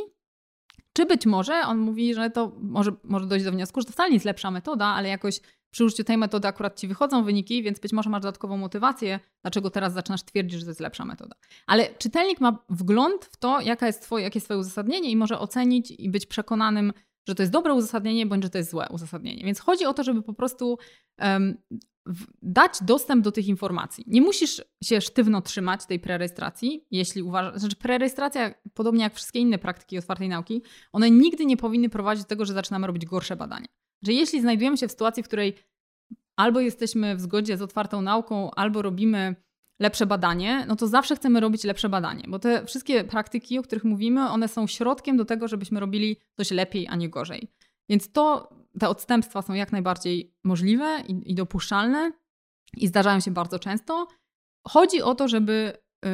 Czy być może on mówi, że to może, może dojść do wniosku, że to wcale nie jest lepsza metoda, ale jakoś przy użyciu tej metody akurat ci wychodzą wyniki, więc być może masz dodatkową motywację, dlaczego teraz zaczynasz twierdzić, że to jest lepsza metoda. Ale czytelnik ma wgląd w to, jaka jest twoje, jakie jest twoje uzasadnienie i może ocenić i być przekonanym, że to jest dobre uzasadnienie, bądź że to jest złe uzasadnienie. Więc chodzi o to, żeby po prostu um, w, dać dostęp do tych informacji. Nie musisz się sztywno trzymać tej prerejestracji, jeśli uważasz, znaczy prerejestracja, podobnie jak wszystkie inne praktyki otwartej nauki, one nigdy nie powinny prowadzić do tego, że zaczynamy robić gorsze badania. Że jeśli znajdujemy się w sytuacji, w której albo jesteśmy w zgodzie z otwartą nauką, albo robimy lepsze badanie, no to zawsze chcemy robić lepsze badanie, bo te wszystkie praktyki, o których mówimy, one są środkiem do tego, żebyśmy robili coś lepiej, a nie gorzej. Więc to, te odstępstwa są jak najbardziej możliwe i, i dopuszczalne i zdarzają się bardzo często. Chodzi o to, żeby y,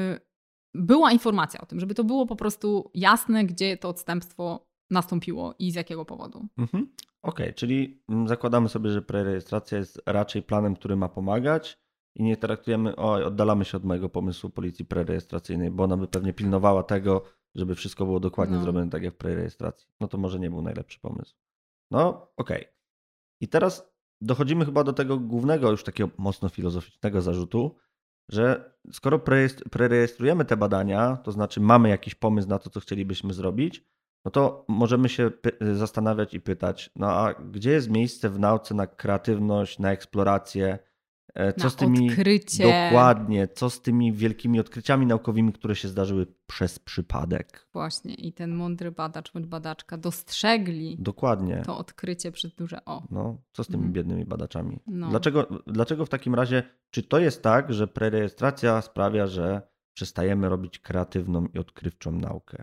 była informacja o tym, żeby to było po prostu jasne, gdzie to odstępstwo nastąpiło i z jakiego powodu. Mhm. Okej, okay, czyli zakładamy sobie, że prerejestracja jest raczej planem, który ma pomagać i nie traktujemy, oj, oddalamy się od mojego pomysłu policji prerejestracyjnej, bo ona by pewnie pilnowała tego, żeby wszystko było dokładnie no. zrobione tak jak w prerejestracji. No to może nie był najlepszy pomysł. No, okej. Okay. I teraz dochodzimy chyba do tego głównego, już takiego mocno filozoficznego zarzutu, że skoro prerejestrujemy te badania, to znaczy mamy jakiś pomysł na to, co chcielibyśmy zrobić, no to możemy się py- zastanawiać i pytać, no a gdzie jest miejsce w nauce na kreatywność, na eksplorację, co na z tymi odkrycie. Dokładnie, co z tymi wielkimi odkryciami naukowymi, które się zdarzyły przez przypadek. Właśnie i ten mądry badacz bądź badaczka dostrzegli Dokładnie. to odkrycie przez duże O. No, co z tymi mm. biednymi badaczami? No. Dlaczego, dlaczego w takim razie, czy to jest tak, że prerejestracja sprawia, że przestajemy robić kreatywną i odkrywczą naukę?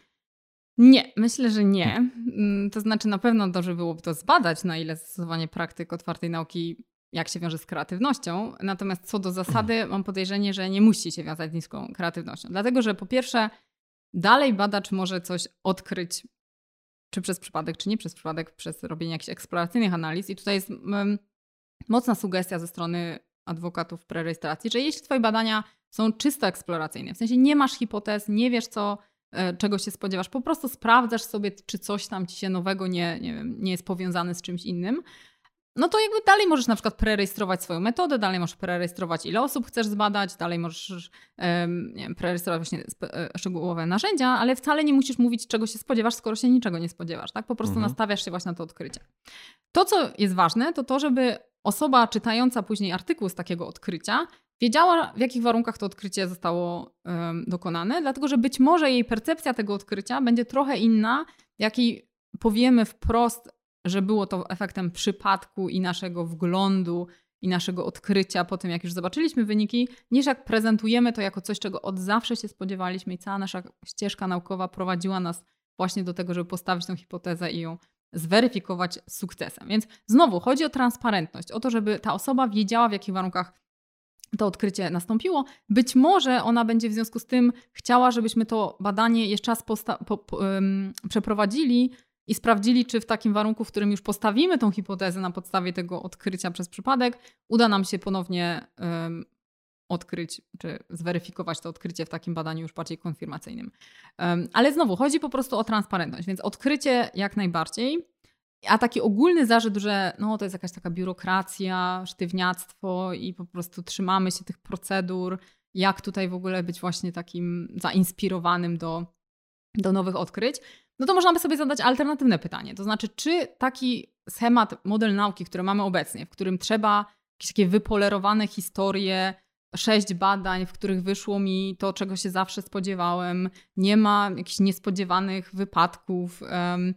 Nie, myślę, że nie. To znaczy na pewno dobrze byłoby to zbadać, na ile zastosowanie praktyk otwartej nauki jak się wiąże z kreatywnością. Natomiast co do zasady mam podejrzenie, że nie musi się wiązać z niską kreatywnością. Dlatego, że po pierwsze dalej badacz może coś odkryć, czy przez przypadek, czy nie przez przypadek, przez robienie jakichś eksploracyjnych analiz. I tutaj jest um, mocna sugestia ze strony adwokatów prerejestracji, że jeśli twoje badania są czysto eksploracyjne, w sensie nie masz hipotez, nie wiesz co, czego się spodziewasz, po prostu sprawdzasz sobie, czy coś tam ci się nowego nie, nie, wiem, nie jest powiązane z czymś innym, no to jakby dalej możesz na przykład prerejestrować swoją metodę, dalej możesz prerejestrować, ile osób chcesz zbadać, dalej możesz um, nie wiem, prerejestrować właśnie spe- szczegółowe narzędzia, ale wcale nie musisz mówić, czego się spodziewasz, skoro się niczego nie spodziewasz, tak? Po prostu mhm. nastawiasz się właśnie na to odkrycie. To, co jest ważne, to to, żeby osoba czytająca później artykuł z takiego odkrycia wiedziała, w jakich warunkach to odkrycie zostało um, dokonane, dlatego że być może jej percepcja tego odkrycia będzie trochę inna, jak jej powiemy wprost, że było to efektem przypadku i naszego wglądu i naszego odkrycia po tym, jak już zobaczyliśmy wyniki, niż jak prezentujemy to jako coś, czego od zawsze się spodziewaliśmy i cała nasza ścieżka naukowa prowadziła nas właśnie do tego, żeby postawić tą hipotezę i ją zweryfikować sukcesem. Więc znowu chodzi o transparentność, o to, żeby ta osoba wiedziała, w jakich warunkach to odkrycie nastąpiło. Być może ona będzie w związku z tym chciała, żebyśmy to badanie jeszcze raz posta- po, po, um, przeprowadzili i sprawdzili, czy w takim warunku, w którym już postawimy tą hipotezę na podstawie tego odkrycia przez przypadek, uda nam się ponownie um, odkryć, czy zweryfikować to odkrycie w takim badaniu już bardziej konfirmacyjnym. Um, ale znowu, chodzi po prostu o transparentność, więc odkrycie jak najbardziej, a taki ogólny zarzut, że no, to jest jakaś taka biurokracja, sztywniactwo i po prostu trzymamy się tych procedur, jak tutaj w ogóle być właśnie takim zainspirowanym do, do nowych odkryć, no to można by sobie zadać alternatywne pytanie. To znaczy, czy taki schemat, model nauki, który mamy obecnie, w którym trzeba jakieś takie wypolerowane historie, sześć badań, w których wyszło mi to, czego się zawsze spodziewałem, nie ma jakichś niespodziewanych wypadków, um,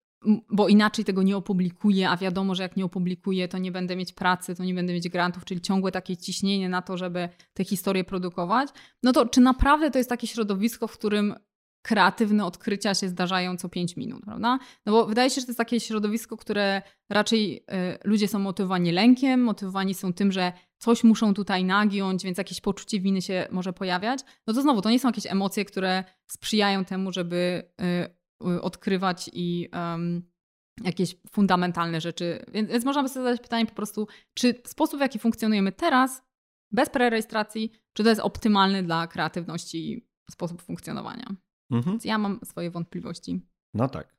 bo inaczej tego nie opublikuję, a wiadomo, że jak nie opublikuję, to nie będę mieć pracy, to nie będę mieć grantów, czyli ciągłe takie ciśnienie na to, żeby te historie produkować. No to czy naprawdę to jest takie środowisko, w którym kreatywne odkrycia się zdarzają co pięć minut, prawda? No bo wydaje się, że to jest takie środowisko, które raczej y, ludzie są motywowani lękiem, motywowani są tym, że coś muszą tutaj nagiąć, więc jakieś poczucie winy się może pojawiać. No to znowu, to nie są jakieś emocje, które sprzyjają temu, żeby y, y, odkrywać i um, jakieś fundamentalne rzeczy. Więc, więc można by sobie zadać pytanie po prostu, czy sposób, w jaki funkcjonujemy teraz, bez prerejestracji, czy to jest optymalny dla kreatywności sposób funkcjonowania. Mhm. Więc ja mam swoje wątpliwości. No tak.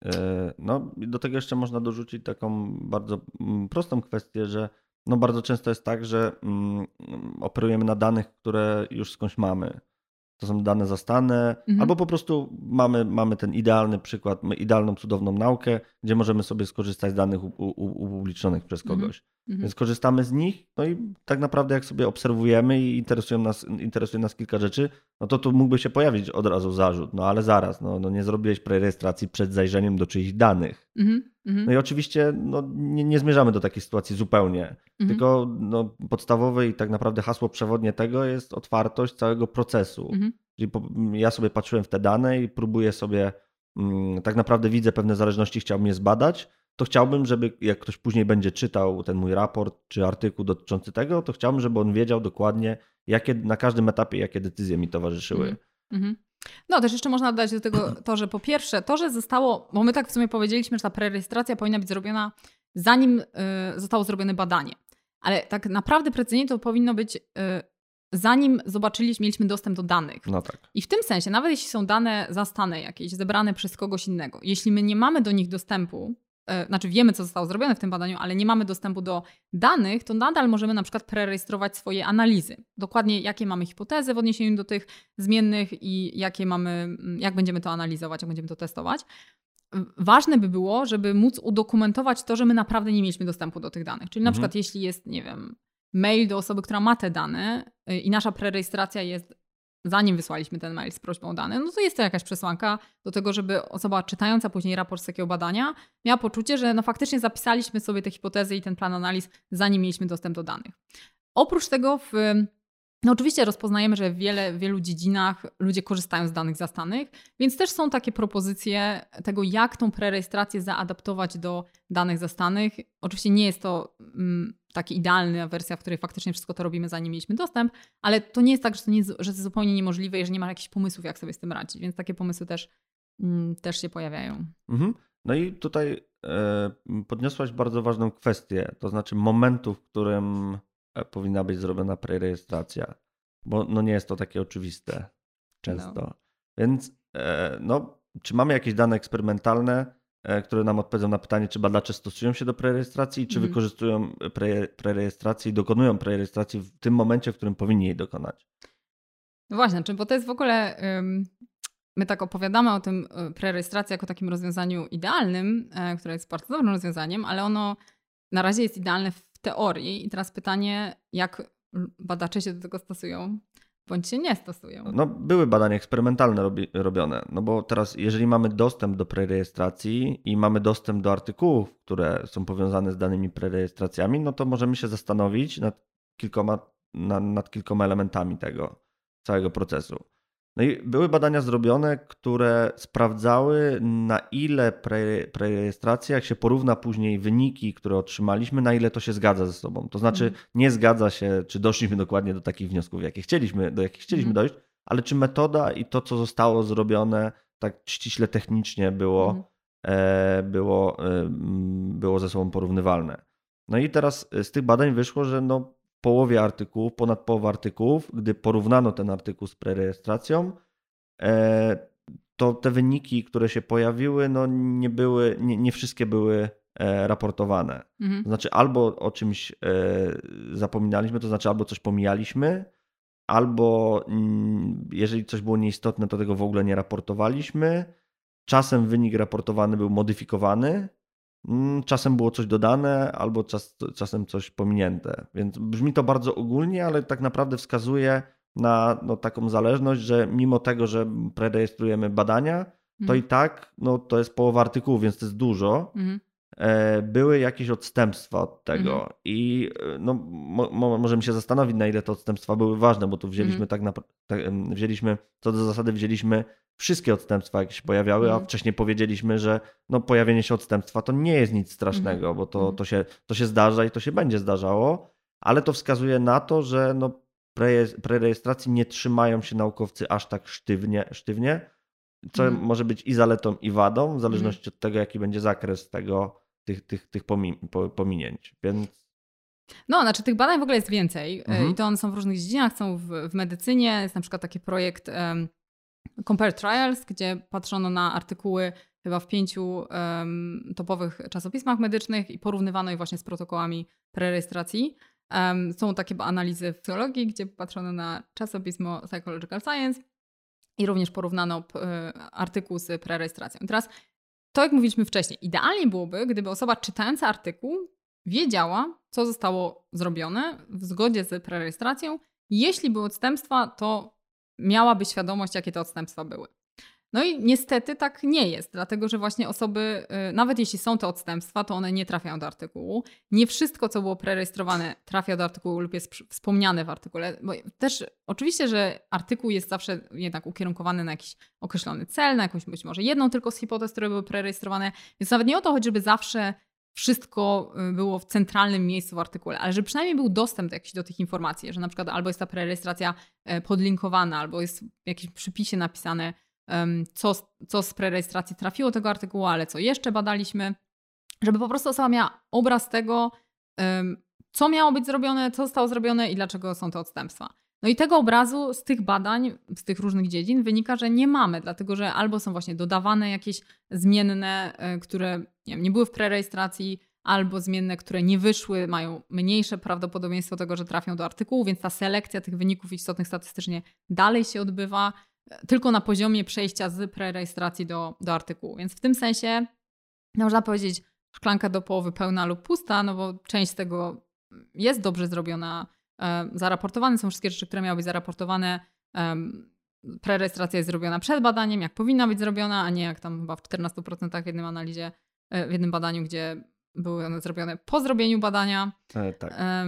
No do tego jeszcze można dorzucić taką bardzo prostą kwestię, że no bardzo często jest tak, że operujemy na danych, które już skądś mamy. To są dane zastane, mhm. albo po prostu mamy, mamy ten idealny przykład, idealną, cudowną naukę, gdzie możemy sobie skorzystać z danych u, u, upubliczonych przez kogoś. Mhm. Więc korzystamy z nich, no i tak naprawdę jak sobie obserwujemy i interesują nas, interesuje nas kilka rzeczy, no to tu mógłby się pojawić od razu zarzut, no ale zaraz, no, no nie zrobiłeś prerejestracji przed zajrzeniem do czyichś danych. Mhm. No i oczywiście no, nie, nie zmierzamy do takiej sytuacji zupełnie, mhm. tylko no, podstawowe i tak naprawdę hasło przewodnie tego jest otwartość całego procesu. Mhm. Czyli po, ja sobie patrzyłem w te dane i próbuję sobie, mm, tak naprawdę widzę pewne zależności, chciałbym je zbadać, to chciałbym, żeby jak ktoś później będzie czytał ten mój raport czy artykuł dotyczący tego, to chciałbym, żeby on wiedział dokładnie, jakie na każdym etapie, jakie decyzje mi towarzyszyły. Mhm. No też jeszcze można dodać do tego to, że po pierwsze, to, że zostało, bo my tak w sumie powiedzieliśmy, że ta prerejestracja powinna być zrobiona zanim y, zostało zrobione badanie. Ale tak naprawdę precyzyjnie to powinno być y, zanim zobaczyliśmy, mieliśmy dostęp do danych. No tak. I w tym sensie, nawet jeśli są dane zastane jakieś, zebrane przez kogoś innego, jeśli my nie mamy do nich dostępu, y, znaczy wiemy, co zostało zrobione w tym badaniu, ale nie mamy dostępu do danych, to nadal możemy na przykład prerejestrować swoje analizy. Dokładnie jakie mamy hipotezy w odniesieniu do tych zmiennych i jakie mamy, jak będziemy to analizować, jak będziemy to testować. Ważne by było, żeby móc udokumentować to, że my naprawdę nie mieliśmy dostępu do tych danych. Czyli na mhm. przykład jeśli jest, nie wiem, mail do osoby, która ma te dane i nasza prerejestracja jest zanim wysłaliśmy ten mail z prośbą o dane, no to jest to jakaś przesłanka do tego, żeby osoba czytająca później raport z takiego badania miała poczucie, że no faktycznie zapisaliśmy sobie te hipotezy i ten plan analiz, zanim mieliśmy dostęp do danych. Oprócz tego w No oczywiście rozpoznajemy, że w wiele, wielu dziedzinach ludzie korzystają z danych zastanych, więc też są takie propozycje tego, jak tą prerejestrację zaadaptować do danych zastanych. Oczywiście nie jest to mm, taka idealna wersja, w której faktycznie wszystko to robimy, zanim mieliśmy dostęp, ale to nie jest tak, że to, nie, że to jest zupełnie niemożliwe i że nie ma jakichś pomysłów, jak sobie z tym radzić, więc takie pomysły też, mm, też się pojawiają. Mhm. No i tutaj e, podniosłaś bardzo ważną kwestię, to znaczy momentu, w którym powinna być zrobiona prerejestracja, bo no nie jest to takie oczywiste często. No. Więc e, no, czy mamy jakieś dane eksperymentalne, e, które nam odpowiedzą na pytanie, czy badacze stosują się do prerejestracji, czy mm. wykorzystują pre, prerejestrację i dokonują prerejestracji w tym momencie, w którym powinni jej dokonać? No właśnie, bo to jest w ogóle... Ym... My tak opowiadamy o tym prerejestracji jako takim rozwiązaniu idealnym, e, które jest bardzo dobrym rozwiązaniem, ale ono na razie jest idealne w teorii. I teraz pytanie, jak badacze się do tego stosują, bądź się nie stosują. No, były badania eksperymentalne robi, robione, no bo teraz jeżeli mamy dostęp do prerejestracji i mamy dostęp do artykułów, które są powiązane z danymi prerejestracjami, no to możemy się zastanowić nad kilkoma, nad, nad kilkoma elementami tego całego procesu. No i były badania zrobione, które sprawdzały, na ile pre, prerejestracja, jak się porówna później wyniki, które otrzymaliśmy, na ile to się zgadza ze sobą. To znaczy mm. nie zgadza się, czy doszliśmy dokładnie do takich wniosków, jakie chcieliśmy, do jakich chcieliśmy mm. dojść, ale czy metoda i to, co zostało zrobione tak ściśle technicznie było, mm. e, było, e, było ze sobą porównywalne. No i teraz z tych badań wyszło, że no w połowie artykułów, ponad połowa artykułów, gdy porównano ten artykuł z prerejestracją, to te wyniki, które się pojawiły, no nie były, nie, nie wszystkie były raportowane. Mhm. To znaczy albo o czymś zapominaliśmy, to znaczy albo coś pomijaliśmy, albo jeżeli coś było nieistotne, to tego w ogóle nie raportowaliśmy. Czasem wynik raportowany był modyfikowany, czasem było coś dodane, albo czas, czasem coś pominięte. Więc brzmi to bardzo ogólnie, ale tak naprawdę wskazuje na no, taką zależność, że mimo tego, że prerejestrujemy badania, to mm. i tak no, to jest połowa artykułu, więc to jest dużo. Mm. były jakieś odstępstwa od tego mhm. i no, mo, mo, możemy się zastanowić, na ile te odstępstwa były ważne, bo tu wzięliśmy mhm. tak naprawdę, tak, wzięliśmy, co do zasady wzięliśmy wszystkie odstępstwa, jakie się pojawiały, mhm. a wcześniej powiedzieliśmy, że no, pojawienie się odstępstwa to nie jest nic strasznego, mhm. bo to, to, się, to się zdarza i to się będzie zdarzało, ale to wskazuje na to, że no, pre, prerejestracji nie trzymają się naukowcy aż tak sztywnie, sztywnie co mhm. może być i zaletą, i wadą, w zależności mhm. od tego, jaki będzie zakres tego, tych, tych, tych pominięć. Więc... No, znaczy tych badań w ogóle jest więcej mhm. i to one są w różnych dziedzinach, są w, w medycynie, jest na przykład taki projekt um, Compare Trials, gdzie patrzono na artykuły chyba w pięciu um, topowych czasopismach medycznych i porównywano je właśnie z protokołami prerejestracji. Um, są takie analizy w psychologii, gdzie patrzono na czasopismo Psychological Science i również porównano artykuł z prerejestracją. I teraz to, jak mówiliśmy wcześniej, idealnie byłoby, gdyby osoba czytająca artykuł wiedziała, co zostało zrobione w zgodzie z prerejestracją. Jeśli były odstępstwa, to miałaby świadomość, jakie te odstępstwa były. No i niestety tak nie jest, dlatego że właśnie osoby, nawet jeśli są te odstępstwa, to one nie trafiają do artykułu. Nie wszystko, co było prerejestrowane, trafia do artykułu lub jest wspomniane w artykule. Bo też oczywiście, że artykuł jest zawsze jednak ukierunkowany na jakiś określony cel, na jakąś być może jedną tylko z hipotez, które były prerejestrowane. Więc nawet nie o to chodzi, żeby zawsze wszystko było w centralnym miejscu w artykule, ale żeby przynajmniej był dostęp jakiś do tych informacji, że na przykład albo jest ta prerejestracja podlinkowana, albo jest w jakimś przypisie napisane, Co, co z prerejestracji trafiło do tego artykułu, ale co jeszcze badaliśmy, żeby po prostu osoba miała obraz tego, co miało być zrobione, co zostało zrobione i dlaczego są te odstępstwa. No i tego obrazu z tych badań, z tych różnych dziedzin wynika, że nie mamy, dlatego że albo są właśnie dodawane jakieś zmienne, które nie wiem, nie były w prerejestracji, albo zmienne, które nie wyszły, mają mniejsze prawdopodobieństwo tego, że trafią do artykułu, więc ta selekcja tych wyników istotnych statystycznie dalej się odbywa, tylko na poziomie przejścia z prerejestracji do, do artykułu. Więc w tym sensie można powiedzieć szklanka do połowy pełna lub pusta, no bo część z tego jest dobrze zrobiona, e, zaraportowane są wszystkie rzeczy, które miały być zaraportowane. E, prerejestracja jest zrobiona przed badaniem, jak powinna być zrobiona, a nie jak tam chyba w czternastu procentach w jednym analizie, e, w jednym badaniu, gdzie były one zrobione po zrobieniu badania. E, tak. E,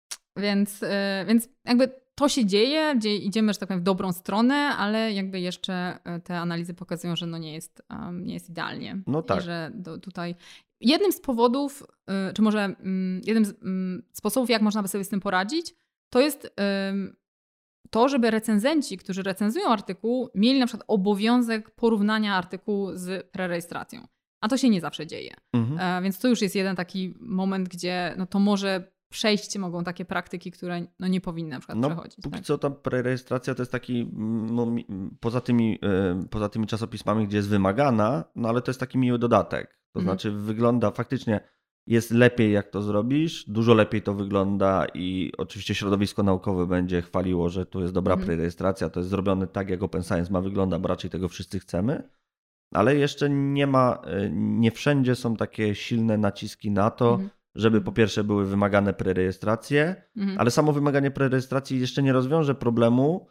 więc, e, więc jakby to się dzieje, gdzie idziemy, że tak powiem, w dobrą stronę, ale jakby jeszcze te analizy pokazują, że no nie jest, um, nie jest idealnie. No tak. I że do, tutaj jednym z powodów, y, czy może um, jednym z um, sposobów, jak można by sobie z tym poradzić, to jest um, to, żeby recenzenci, którzy recenzują artykuł, mieli na przykład obowiązek porównania artykułu z prerejestracją. A to się nie zawsze dzieje. Mhm. E, więc to już jest jeden taki moment, gdzie no to może przejście mogą takie praktyki, które no nie powinny na przykład no, przechodzić. Póki tak? co ta prerejestracja to jest taki, no, poza, tymi, poza tymi czasopismami, gdzie jest wymagana, no ale to jest taki miły dodatek. To mhm. znaczy wygląda faktycznie, jest lepiej jak to zrobisz, dużo lepiej to wygląda i oczywiście środowisko naukowe będzie chwaliło, że tu jest dobra mhm. prerejestracja, to jest zrobione tak jak Open Science ma wyglądać, bo raczej tego wszyscy chcemy, ale jeszcze nie ma, nie wszędzie są takie silne naciski na to, mhm. żeby po pierwsze były wymagane prerejestracje, mhm. ale samo wymaganie prerejestracji jeszcze nie rozwiąże problemu,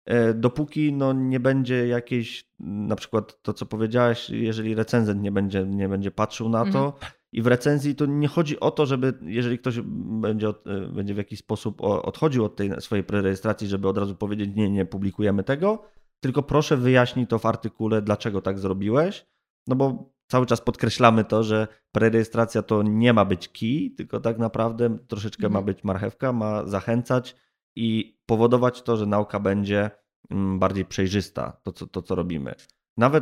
dopóki no nie będzie jakiejś, na przykład to co powiedziałaś, jeżeli recenzent nie będzie, nie będzie patrzył na to mhm. i w recenzji to nie chodzi o to, żeby jeżeli ktoś będzie, od, będzie w jakiś sposób odchodził od tej swojej prerejestracji, żeby od razu powiedzieć nie, nie publikujemy tego, tylko proszę wyjaśnij to w artykule, dlaczego tak zrobiłeś, no bo cały czas podkreślamy to, że prerejestracja to nie ma być kij, tylko tak naprawdę troszeczkę mhm. ma być marchewka, ma zachęcać i powodować to, że nauka będzie bardziej przejrzysta, to co, to, co robimy. Nawet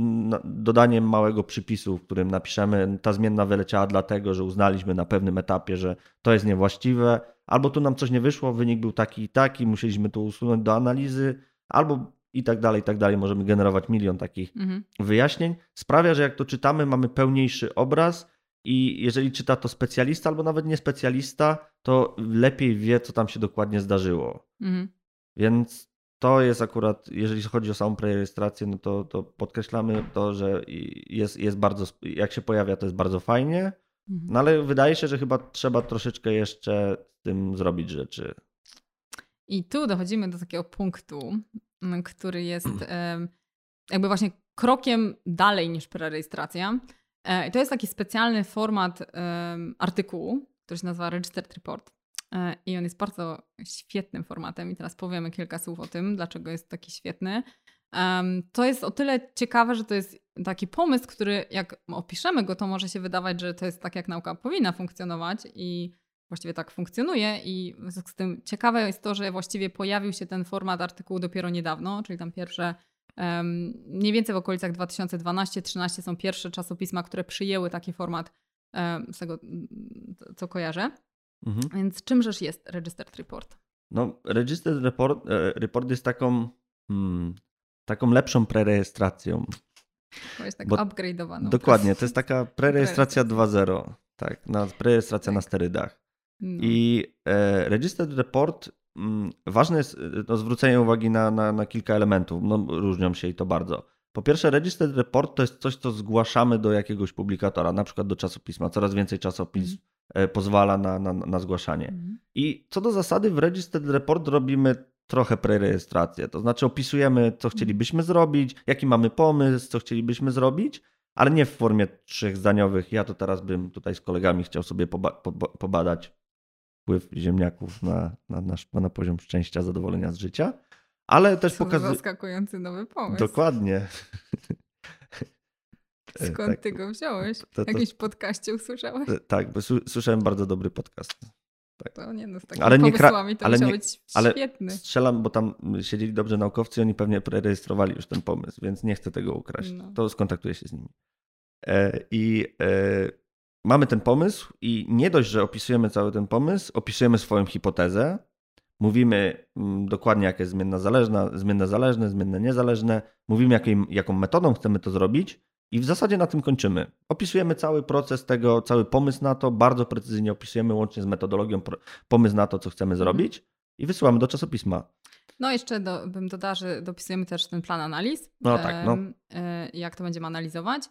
dodaniem małego przypisu, w którym napiszemy, ta zmienna wyleciała dlatego, że uznaliśmy na pewnym etapie, że to jest niewłaściwe, albo tu nam coś nie wyszło, wynik był taki i taki, musieliśmy to usunąć do analizy, albo i tak dalej, i tak dalej. Możemy generować milion takich mhm. wyjaśnień. Sprawia, że jak to czytamy, mamy pełniejszy obraz i jeżeli czyta to specjalista albo nawet nie specjalista, to lepiej wie, co tam się dokładnie zdarzyło. Mhm. Więc to jest akurat, jeżeli chodzi o samą prerejestrację, no to, to podkreślamy to, że jest, jest bardzo, jak się pojawia, to jest bardzo fajnie, mhm. no ale wydaje się, że chyba trzeba troszeczkę jeszcze z tym zrobić rzeczy. I tu dochodzimy do takiego punktu, który jest jakby właśnie krokiem dalej niż prerejestracja, I to jest taki specjalny format um, artykułu, który się nazywa Registered Report. I on jest bardzo świetnym formatem i teraz powiemy kilka słów o tym, dlaczego jest taki świetny. Um, to jest o tyle ciekawe, że to jest taki pomysł, który jak opiszemy go, to może się wydawać, że to jest tak, jak nauka powinna funkcjonować i właściwie tak funkcjonuje i z tym ciekawe jest to, że właściwie pojawił się ten format artykułu dopiero niedawno, czyli tam pierwsze um, mniej więcej w okolicach dwa tysiące dwanaście trzynaście są pierwsze czasopisma, które przyjęły taki format um, z tego, co kojarzę. Mhm. Więc czymżeż jest Registered Report? No, Registered Report, report jest taką, hmm, taką lepszą prerejestracją. Bo jest tak upgrade'owaną. Dokładnie, to jest taka prerejestracja dwa zero. Tak, na, prerejestracja tak. na sterydach. No. I e, Registered Report, m, ważne jest no, zwrócenie uwagi na, na, na kilka elementów. No, różnią się i to bardzo. Po pierwsze, Registered Report to jest coś, co zgłaszamy do jakiegoś publikatora, na przykład do czasopisma. Coraz więcej czasopism mm. pozwala na, na, na zgłaszanie. Mm. I co do zasady w Registered Report robimy trochę prerejestrację. To znaczy opisujemy, co chcielibyśmy zrobić, jaki mamy pomysł, co chcielibyśmy zrobić, ale nie w formie trzech zdaniowych. Ja to teraz bym tutaj z kolegami chciał sobie poba- pobadać wpływ ziemniaków na, na, na, na poziom szczęścia, zadowolenia z życia. Ale też pokazuje. Zaskakujący nowy pomysł. Dokładnie. Skąd tak. ty go wziąłeś? W to, to, jakimś podcaście usłyszałeś? Tak, bo słyszałem bardzo dobry podcast. Tak. To nie no, z takimi ale pomysłami to ale musiał nie, być ale świetny. Strzelam, bo tam siedzieli dobrze naukowcy, oni pewnie prerejestrowali już ten pomysł, więc nie chcę tego ukraść. No. To skontaktuję się z nimi. E, I e, mamy ten pomysł i nie dość, że opisujemy cały ten pomysł, opisujemy swoją hipotezę. Mówimy dokładnie, jakie jest zmienna zależna, zmienne zależne, zmienne niezależne. Mówimy, jakim, jaką metodą chcemy to zrobić i w zasadzie na tym kończymy. Opisujemy cały proces tego, cały pomysł na to, bardzo precyzyjnie opisujemy łącznie z metodologią pomysł na to, co chcemy zrobić i wysyłamy do czasopisma. No jeszcze do, bym dodała, że dopisujemy też ten plan analiz, no tak, no. jak to będziemy analizować.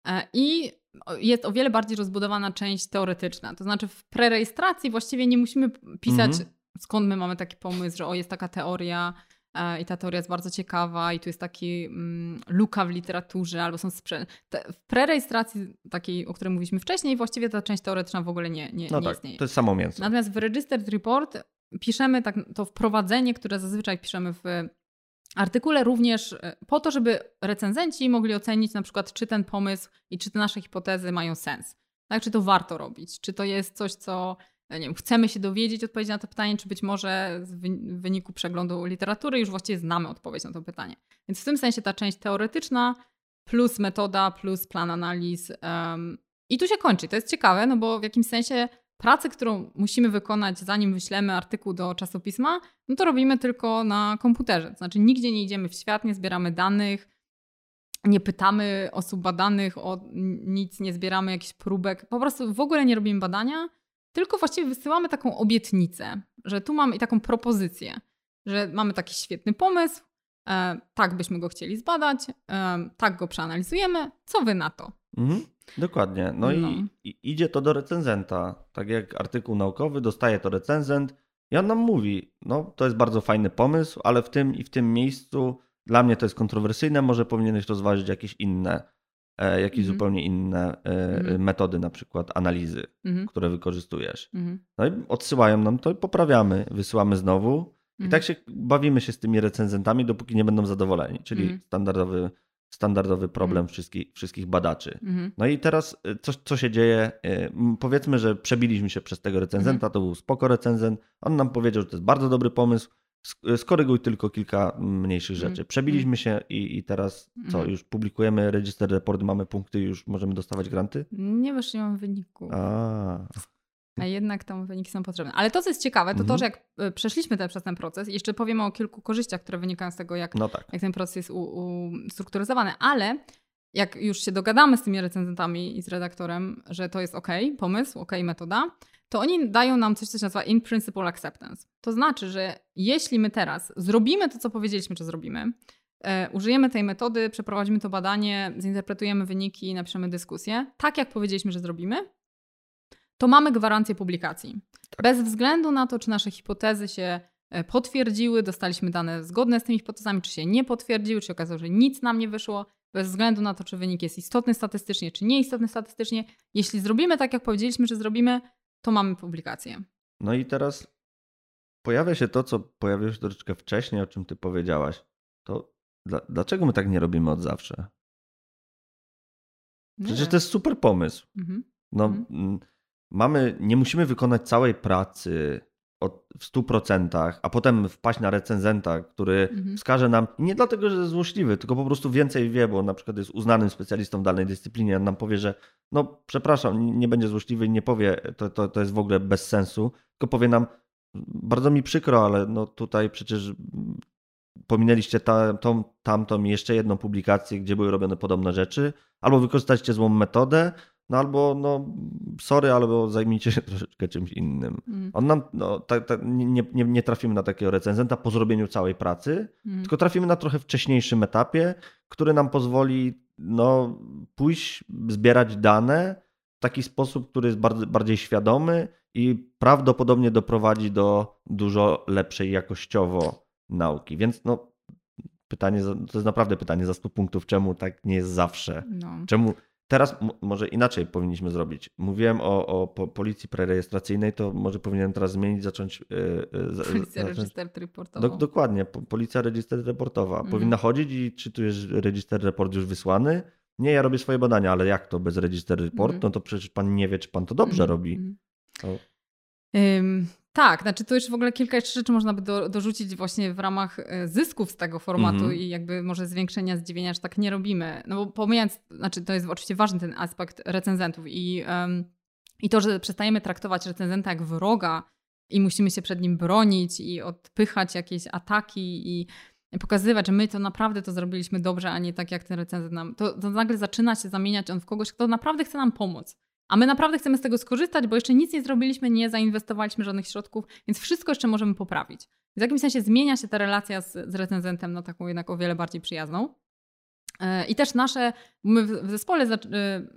I jest o wiele bardziej rozbudowana część teoretyczna. To znaczy w prerejestracji właściwie nie musimy pisać mhm. skąd my mamy taki pomysł, że o, jest taka teoria e, i ta teoria jest bardzo ciekawa i tu jest taki mm, luka w literaturze, albo są sprze- te, w prerejestracji takiej, o której mówiliśmy wcześniej, właściwie ta część teoretyczna w ogóle nie, nie, no nie tak, istnieje. To jest samo mięso. Natomiast w Registered Report piszemy tak, to wprowadzenie, które zazwyczaj piszemy w artykule również po to, żeby recenzenci mogli ocenić na przykład, czy ten pomysł i czy te nasze hipotezy mają sens. Tak? Czy to warto robić? Czy to jest coś, co nie wiem, chcemy się dowiedzieć odpowiedzi na to pytanie, czy być może w wyniku przeglądu literatury już właściwie znamy odpowiedź na to pytanie. Więc w tym sensie ta część teoretyczna plus metoda, plus plan analiz um, i tu się kończy. To jest ciekawe, no bo w jakimś sensie pracę, którą musimy wykonać zanim wyślemy artykuł do czasopisma, no to robimy tylko na komputerze. To znaczy nigdzie nie idziemy w świat, nie zbieramy danych, nie pytamy osób badanych o nic, nie zbieramy jakichś próbek. Po prostu w ogóle nie robimy badania, tylko właściwie wysyłamy taką obietnicę, że tu mamy i taką propozycję, że mamy taki świetny pomysł, e, tak byśmy go chcieli zbadać, e, tak go przeanalizujemy, co wy na to? Mhm, dokładnie. No, no. I, i idzie to do recenzenta. Tak jak artykuł naukowy, dostaje to recenzent i on nam mówi, no to jest bardzo fajny pomysł, ale w tym i w tym miejscu dla mnie to jest kontrowersyjne, może powinieneś rozważyć jakieś inne jakieś mm-hmm. zupełnie inne mm-hmm. metody, na przykład analizy, mm-hmm. które wykorzystujesz. Mm-hmm. No i odsyłają nam to i poprawiamy, wysyłamy znowu mm-hmm. i tak się bawimy się z tymi recenzentami, dopóki nie będą zadowoleni, czyli mm-hmm. standardowy, standardowy problem mm-hmm. wszystkich, wszystkich badaczy. Mm-hmm. No i teraz co, co się dzieje? Powiedzmy, że przebiliśmy się przez tego recenzenta, mm-hmm. to był spoko recenzent, on nam powiedział, że to jest bardzo dobry pomysł, skoryguj tylko kilka mniejszych rzeczy. Przebiliśmy się i, i teraz co, już publikujemy Registered Report, mamy punkty, już możemy dostawać granty? Nie, wiesz, nie mam wyniku. A. A jednak tam wyniki są potrzebne. Ale to, co jest ciekawe, to mhm. to, że jak przeszliśmy ten, przez ten proces, jeszcze powiemy o kilku korzyściach, które wynikają z tego, jak, no tak. jak ten proces jest ustrukturyzowany, ale jak już się dogadamy z tymi recenzentami i z redaktorem, że to jest ok, pomysł, ok, metoda, to oni dają nam coś, co się nazywa in principle acceptance. To znaczy, że jeśli my teraz zrobimy to, co powiedzieliśmy, że zrobimy, e, użyjemy tej metody, przeprowadzimy to badanie, zinterpretujemy wyniki, napiszemy dyskusję, tak jak powiedzieliśmy, że zrobimy, to mamy gwarancję publikacji. Tak. Bez względu na to, czy nasze hipotezy się potwierdziły, dostaliśmy dane zgodne z tymi hipotezami, czy się nie potwierdziły, czy się okazało, że nic nam nie wyszło, bez względu na to, czy wynik jest istotny statystycznie, czy nieistotny statystycznie. Jeśli zrobimy tak, jak powiedzieliśmy, że zrobimy, to mamy publikację. No i teraz pojawia się to, co pojawiło się troszeczkę wcześniej, o czym ty powiedziałaś. To dla, dlaczego my tak nie robimy od zawsze? Przecież Nie. to jest super pomysł. Mhm. No, mhm. mamy, nie musimy wykonać całej pracy od, w stu procentach, a potem wpaść na recenzenta, który mhm. wskaże nam, nie dlatego, że jest złośliwy, tylko po prostu więcej wie, bo na przykład jest uznanym specjalistą w danej dyscyplinie, on nam powie, że no przepraszam, nie będzie złośliwy i nie powie, to, to, to jest w ogóle bez sensu, tylko powie nam, bardzo mi przykro, ale no tutaj przecież pominęliście ta, tą, tamtą i jeszcze jedną publikację, gdzie były robione podobne rzeczy, albo wykorzystaliście złą metodę, no albo no sorry, albo zajmijcie się troszeczkę czymś innym. Mm. On nam, no, ta, ta, nie, nie, nie trafimy na takiego recenzenta po zrobieniu całej pracy, mm. tylko trafimy na trochę wcześniejszym etapie, który nam pozwoli no, pójść, zbierać dane w taki sposób, który jest bardzo, bardziej świadomy i prawdopodobnie doprowadzi do dużo lepszej jakościowo nauki. Więc no pytanie, to jest naprawdę pytanie za sto punktów, czemu tak nie jest zawsze? No. Czemu teraz może inaczej powinniśmy zrobić? Mówiłem o, o policji prerejestracyjnej, to może powinienem teraz zmienić, zacząć... Yy, Policja Registered Reportowa. Do, dokładnie, Policja Registered Reportowa. Mm. Powinna chodzić i czy tu jest Registered Report już wysłany? Nie, ja robię swoje badania, ale jak to bez Registered Report? Mm. No to przecież pan nie wie, czy pan to dobrze mm. robi. Mm. To... Um. Tak, znaczy tu już w ogóle kilka jeszcze rzeczy można by do, dorzucić właśnie w ramach zysków z tego formatu mm-hmm. i jakby może zwiększenia zdziwienia, że tak nie robimy. No bo pomijając, znaczy to jest oczywiście ważny ten aspekt recenzentów i, um, i to, że przestajemy traktować recenzenta jak wroga i musimy się przed nim bronić i odpychać jakieś ataki i pokazywać, że my to naprawdę to zrobiliśmy dobrze, a nie tak jak ten recenzent nam. To, to nagle zaczyna się zamieniać on w kogoś, kto naprawdę chce nam pomóc. A my naprawdę chcemy z tego skorzystać, bo jeszcze nic nie zrobiliśmy, nie zainwestowaliśmy żadnych środków, więc wszystko jeszcze możemy poprawić. W jakimś sensie zmienia się ta relacja z, z recenzentem na taką jednak o wiele bardziej przyjazną. I też nasze, my w zespole zac-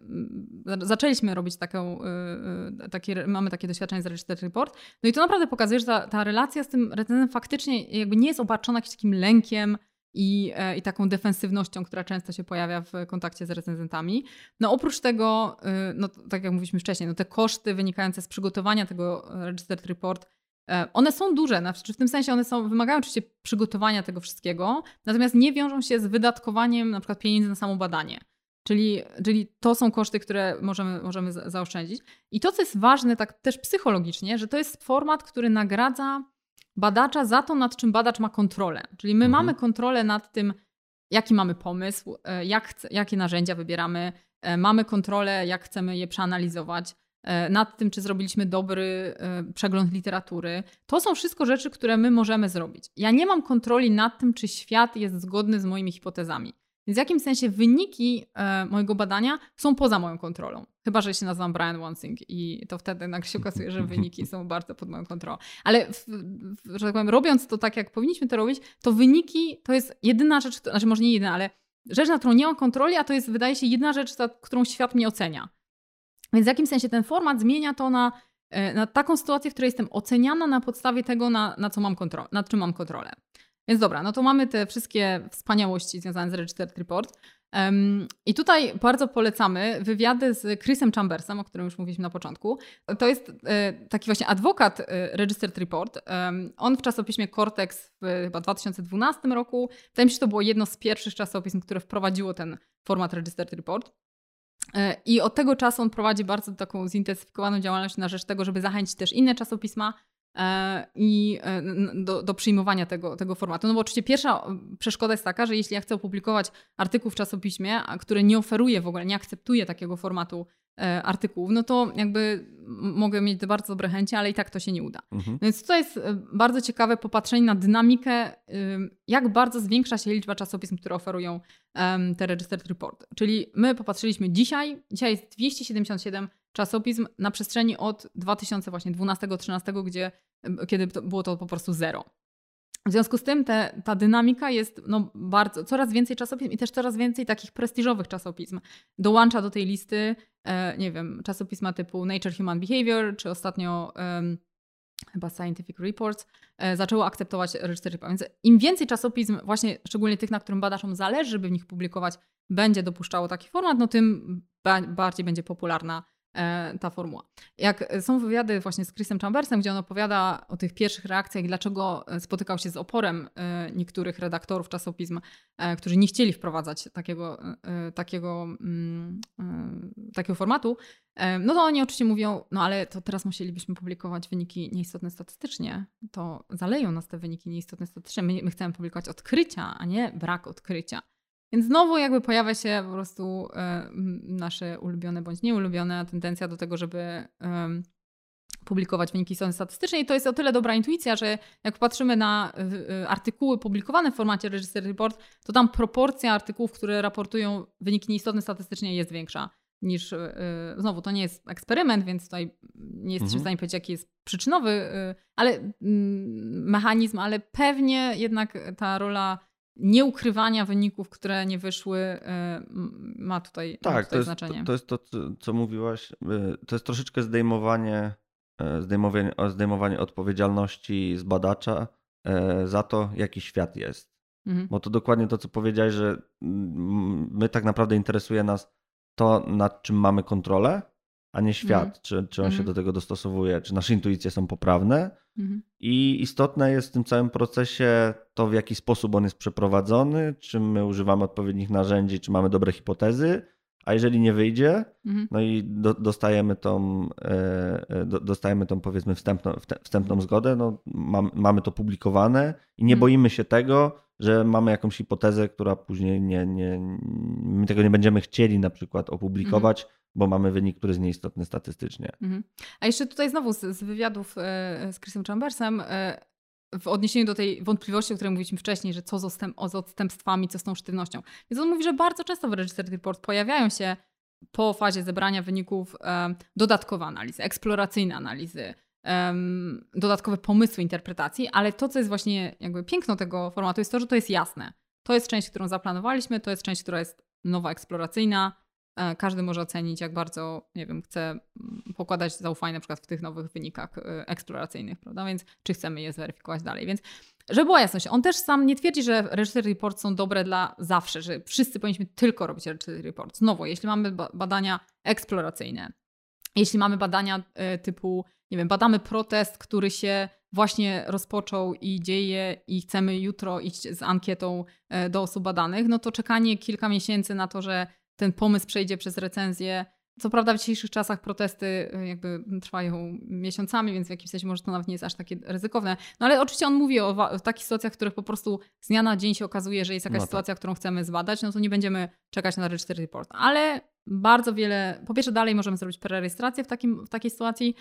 zaczęliśmy robić taką, takie, mamy takie doświadczenie z Registered Report, no i to naprawdę pokazuje, że ta, ta relacja z tym recenzentem faktycznie jakby nie jest obarczona jakimś takim lękiem, I, i taką defensywnością, która często się pojawia w kontakcie z recenzentami. No oprócz tego, no tak jak mówiliśmy wcześniej, no te koszty wynikające z przygotowania tego Registered Report, one są duże, znaczy w tym sensie one są, wymagają oczywiście przygotowania tego wszystkiego, natomiast nie wiążą się z wydatkowaniem na przykład pieniędzy na samo badanie. Czyli, czyli to są koszty, które możemy, możemy zaoszczędzić. I to, co jest ważne tak też psychologicznie, że to jest format, który nagradza badacza za to, nad czym badacz ma kontrolę. Czyli my mhm. mamy kontrolę nad tym, jaki mamy pomysł, jak chce, jakie narzędzia wybieramy, mamy kontrolę, jak chcemy je przeanalizować, nad tym, czy zrobiliśmy dobry przegląd literatury. To są wszystko rzeczy, które my możemy zrobić. Ja nie mam kontroli nad tym, czy świat jest zgodny z moimi hipotezami. Więc w jakimś sensie wyniki e, mojego badania są poza moją kontrolą. Chyba że się nazywam Brian Wansing i to wtedy nagle się okazuje, że wyniki są bardzo pod moją kontrolą. Ale w, w, że tak powiem, robiąc to tak, jak powinniśmy to robić, to wyniki to jest jedyna rzecz, znaczy może nie jedyna, ale rzecz, na którą nie mam kontroli, a to jest, wydaje się, jedyna rzecz, za którą świat mnie ocenia. Więc w jakimś sensie ten format zmienia to na, na taką sytuację, w której jestem oceniana na podstawie tego, na, na co mam kontrolę, nad czym mam kontrolę. Więc dobra, no to mamy te wszystkie wspaniałości związane z Registered Report. Um, I tutaj bardzo polecamy wywiady z Chrisem Chambersem, o którym już mówiliśmy na początku. To jest e, taki właśnie adwokat e, Registered Report. Um, on w czasopiśmie Cortex w chyba dwa tysiące dwunastym roku, wydaje mi się, że to było jedno z pierwszych czasopism, które wprowadziło ten format Registered Report. E, I od tego czasu on prowadzi bardzo taką zintensyfikowaną działalność na rzecz tego, żeby zachęcić też inne czasopisma i do, do przyjmowania tego, tego formatu. No bo oczywiście pierwsza przeszkoda jest taka, że jeśli ja chcę opublikować artykuł w czasopiśmie, który nie oferuje w ogóle, nie akceptuje takiego formatu artykułów, no to jakby mogę mieć bardzo dobre chęci, ale i tak to się nie uda. Mhm. Więc tutaj jest bardzo ciekawe popatrzenie na dynamikę, jak bardzo zwiększa się liczba czasopism, które oferują te Registered Report. Czyli my popatrzyliśmy dzisiaj, dzisiaj jest dwieście siedemdziesiąt siedem czasopism na przestrzeni od dwa tysiące dwunastego do dwa tysiące trzynastego, gdzie, kiedy to było to po prostu zero. W związku z tym te, ta dynamika jest no, bardzo, coraz więcej czasopism i też coraz więcej takich prestiżowych czasopism dołącza do tej listy, e, nie wiem, czasopisma typu Nature Human Behavior, czy ostatnio um, chyba Scientific Reports, e, zaczęło akceptować Registered Report. Więc im więcej czasopism, właśnie szczególnie tych, na którym badaczom zależy, żeby w nich publikować, będzie dopuszczało taki format, no tym ba- bardziej będzie popularna e, ta formuła. Jak są wywiady właśnie z Chrisem Chambersem, gdzie on opowiada o tych pierwszych reakcjach i dlaczego spotykał się z oporem e, niektórych redaktorów czasopism, e, którzy nie chcieli wprowadzać takiego, e, takiego, mm, e, takiego formatu, e, no to oni oczywiście mówią, no ale to teraz musielibyśmy publikować wyniki nieistotne statystycznie. To zaleją nas te wyniki nieistotne statystycznie. My, my chcemy publikować odkrycia, a nie brak odkrycia. Więc znowu jakby pojawia się po prostu e, nasze ulubione bądź nieulubione tendencja do tego, żeby e, publikować wyniki istotne statystycznie i to jest o tyle dobra intuicja, że jak patrzymy na e, artykuły publikowane w formacie Registered Report, to tam proporcja artykułów, które raportują wyniki nieistotne statystycznie jest większa niż, e, znowu to nie jest eksperyment, więc tutaj nie jesteśmy mhm. w stanie powiedzieć jaki jest przyczynowy e, ale, m, mechanizm, ale pewnie jednak ta rola nieukrywania wyników, które nie wyszły, ma tutaj, tak, ma tutaj to jest, znaczenie. To, to jest to, co mówiłaś. To jest troszeczkę zdejmowanie, zdejmowanie, zdejmowanie odpowiedzialności z badacza za to, jaki świat jest. Mhm. Bo to dokładnie to, co powiedziałeś, że my tak naprawdę interesuje nas to, nad czym mamy kontrolę, a nie świat, mhm. czy, czy on mhm. się do tego dostosowuje, czy nasze intuicje są poprawne. Mhm. I istotne jest w tym całym procesie to, w jaki sposób on jest przeprowadzony, czy my używamy odpowiednich narzędzi, czy mamy dobre hipotezy, a jeżeli nie wyjdzie, mhm. no i do, dostajemy tą, e, do, dostajemy tą powiedzmy wstępną, wstępną zgodę, no, mam, mamy to publikowane i nie mhm. boimy się tego, że mamy jakąś hipotezę, która później nie, nie, my tego nie będziemy chcieli na przykład opublikować, mhm. bo mamy wynik, który jest nieistotny statystycznie. Mhm. A jeszcze tutaj znowu z, z wywiadów z Chrisem Chambersem w odniesieniu do tej wątpliwości, o której mówiliśmy wcześniej, że co z, odstęp, z odstępstwami, co z tą sztywnością. Więc on mówi, że bardzo często w Registered Report pojawiają się po fazie zebrania wyników um, dodatkowe analizy, eksploracyjne analizy, um, dodatkowe pomysły interpretacji, ale to, co jest właśnie jakby piękno tego formatu, jest to, że to jest jasne. To jest część, którą zaplanowaliśmy, to jest część, która jest nowa, eksploracyjna. Każdy może ocenić, jak bardzo, nie wiem, chce pokładać zaufanie na przykład w tych nowych wynikach eksploracyjnych, prawda? Więc czy chcemy je zweryfikować dalej. Więc żeby była jasność, on też sam nie twierdzi, że Registered Reports są dobre dla zawsze, że wszyscy powinniśmy tylko robić Registered Reports. Znowu, jeśli mamy badania eksploracyjne, jeśli mamy badania typu, nie wiem, badamy protest, który się właśnie rozpoczął i dzieje i chcemy jutro iść z ankietą do osób badanych, no to czekanie kilka miesięcy na to, że ten pomysł przejdzie przez recenzję. Co prawda w dzisiejszych czasach protesty jakby trwają miesiącami, więc w jakimś sensie może to nawet nie jest aż takie ryzykowne. No ale oczywiście on mówi o, wa- o takich sytuacjach, w których po prostu z dnia na dzień się okazuje, że jest jakaś no tak. sytuacja, którą chcemy zbadać, no to nie będziemy czekać na Registered Report. Ale bardzo wiele, po pierwsze dalej możemy zrobić prerejestrację w, takim, w takiej sytuacji,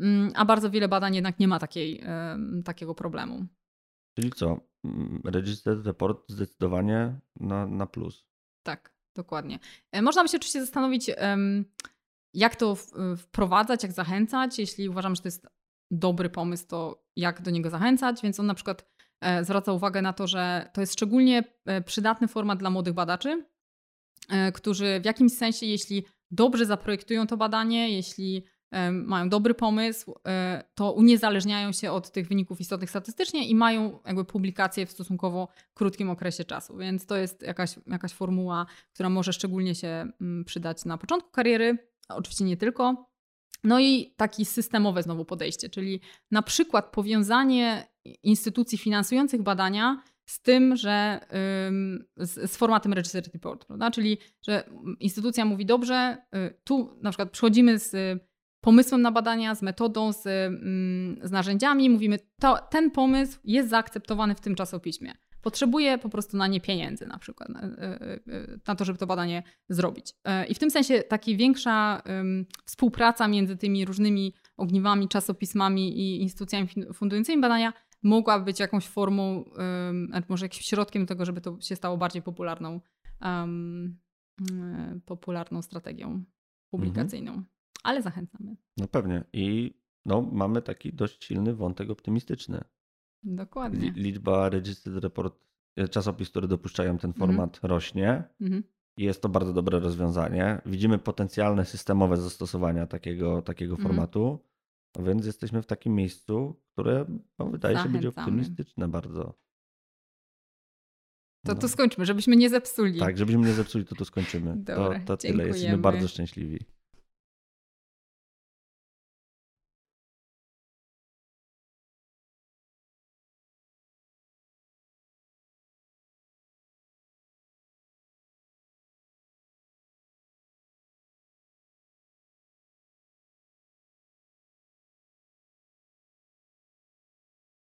a bardzo wiele badań jednak nie ma takiej, takiego problemu. Czyli co? Registered Report zdecydowanie na, na plus. Tak. Dokładnie. Można by się oczywiście zastanowić, jak to wprowadzać, jak zachęcać. Jeśli uważam, że to jest dobry pomysł, to jak do niego zachęcać. Więc on na przykład zwraca uwagę na to, że to jest szczególnie przydatny format dla młodych badaczy, którzy w jakimś sensie, jeśli dobrze zaprojektują to badanie, jeśli mają dobry pomysł, to uniezależniają się od tych wyników istotnych statystycznie i mają jakby publikacje w stosunkowo krótkim okresie czasu. Więc to jest jakaś, jakaś formuła, która może szczególnie się przydać na początku kariery, oczywiście nie tylko. No i takie systemowe znowu podejście, czyli na przykład powiązanie instytucji finansujących badania z tym, że z, z formatem Registered Report, prawda? Czyli że instytucja mówi dobrze, tu na przykład przychodzimy z pomysłem na badania, z metodą, z, z narzędziami. Mówimy, to, ten pomysł jest zaakceptowany w tym czasopiśmie. Potrzebuje po prostu na nie pieniędzy na przykład, na, na to, żeby to badanie zrobić. I w tym sensie taka większa współpraca między tymi różnymi ogniwami, czasopismami i instytucjami fundującymi badania mogłaby być jakąś formą, może jakimś środkiem do tego, żeby to się stało bardziej popularną, um, popularną strategią publikacyjną. Mhm. Ale zachęcamy. No pewnie. I no, mamy taki dość silny wątek optymistyczny. Dokładnie. Liczba Registered Report, czasopis, które dopuszczają ten format, mm-hmm. rośnie. Mm-hmm. Jest to bardzo dobre rozwiązanie. Widzimy potencjalne systemowe zastosowania takiego, takiego mm-hmm. formatu. No więc jesteśmy w takim miejscu, które no, wydaje się być Zachęcamy. optymistyczne bardzo. To No. tu skończmy, żebyśmy nie zepsuli. Tak, żebyśmy nie zepsuli, to tu skończymy. Dobra, to, to tyle. Jesteśmy dziękujemy. bardzo szczęśliwi.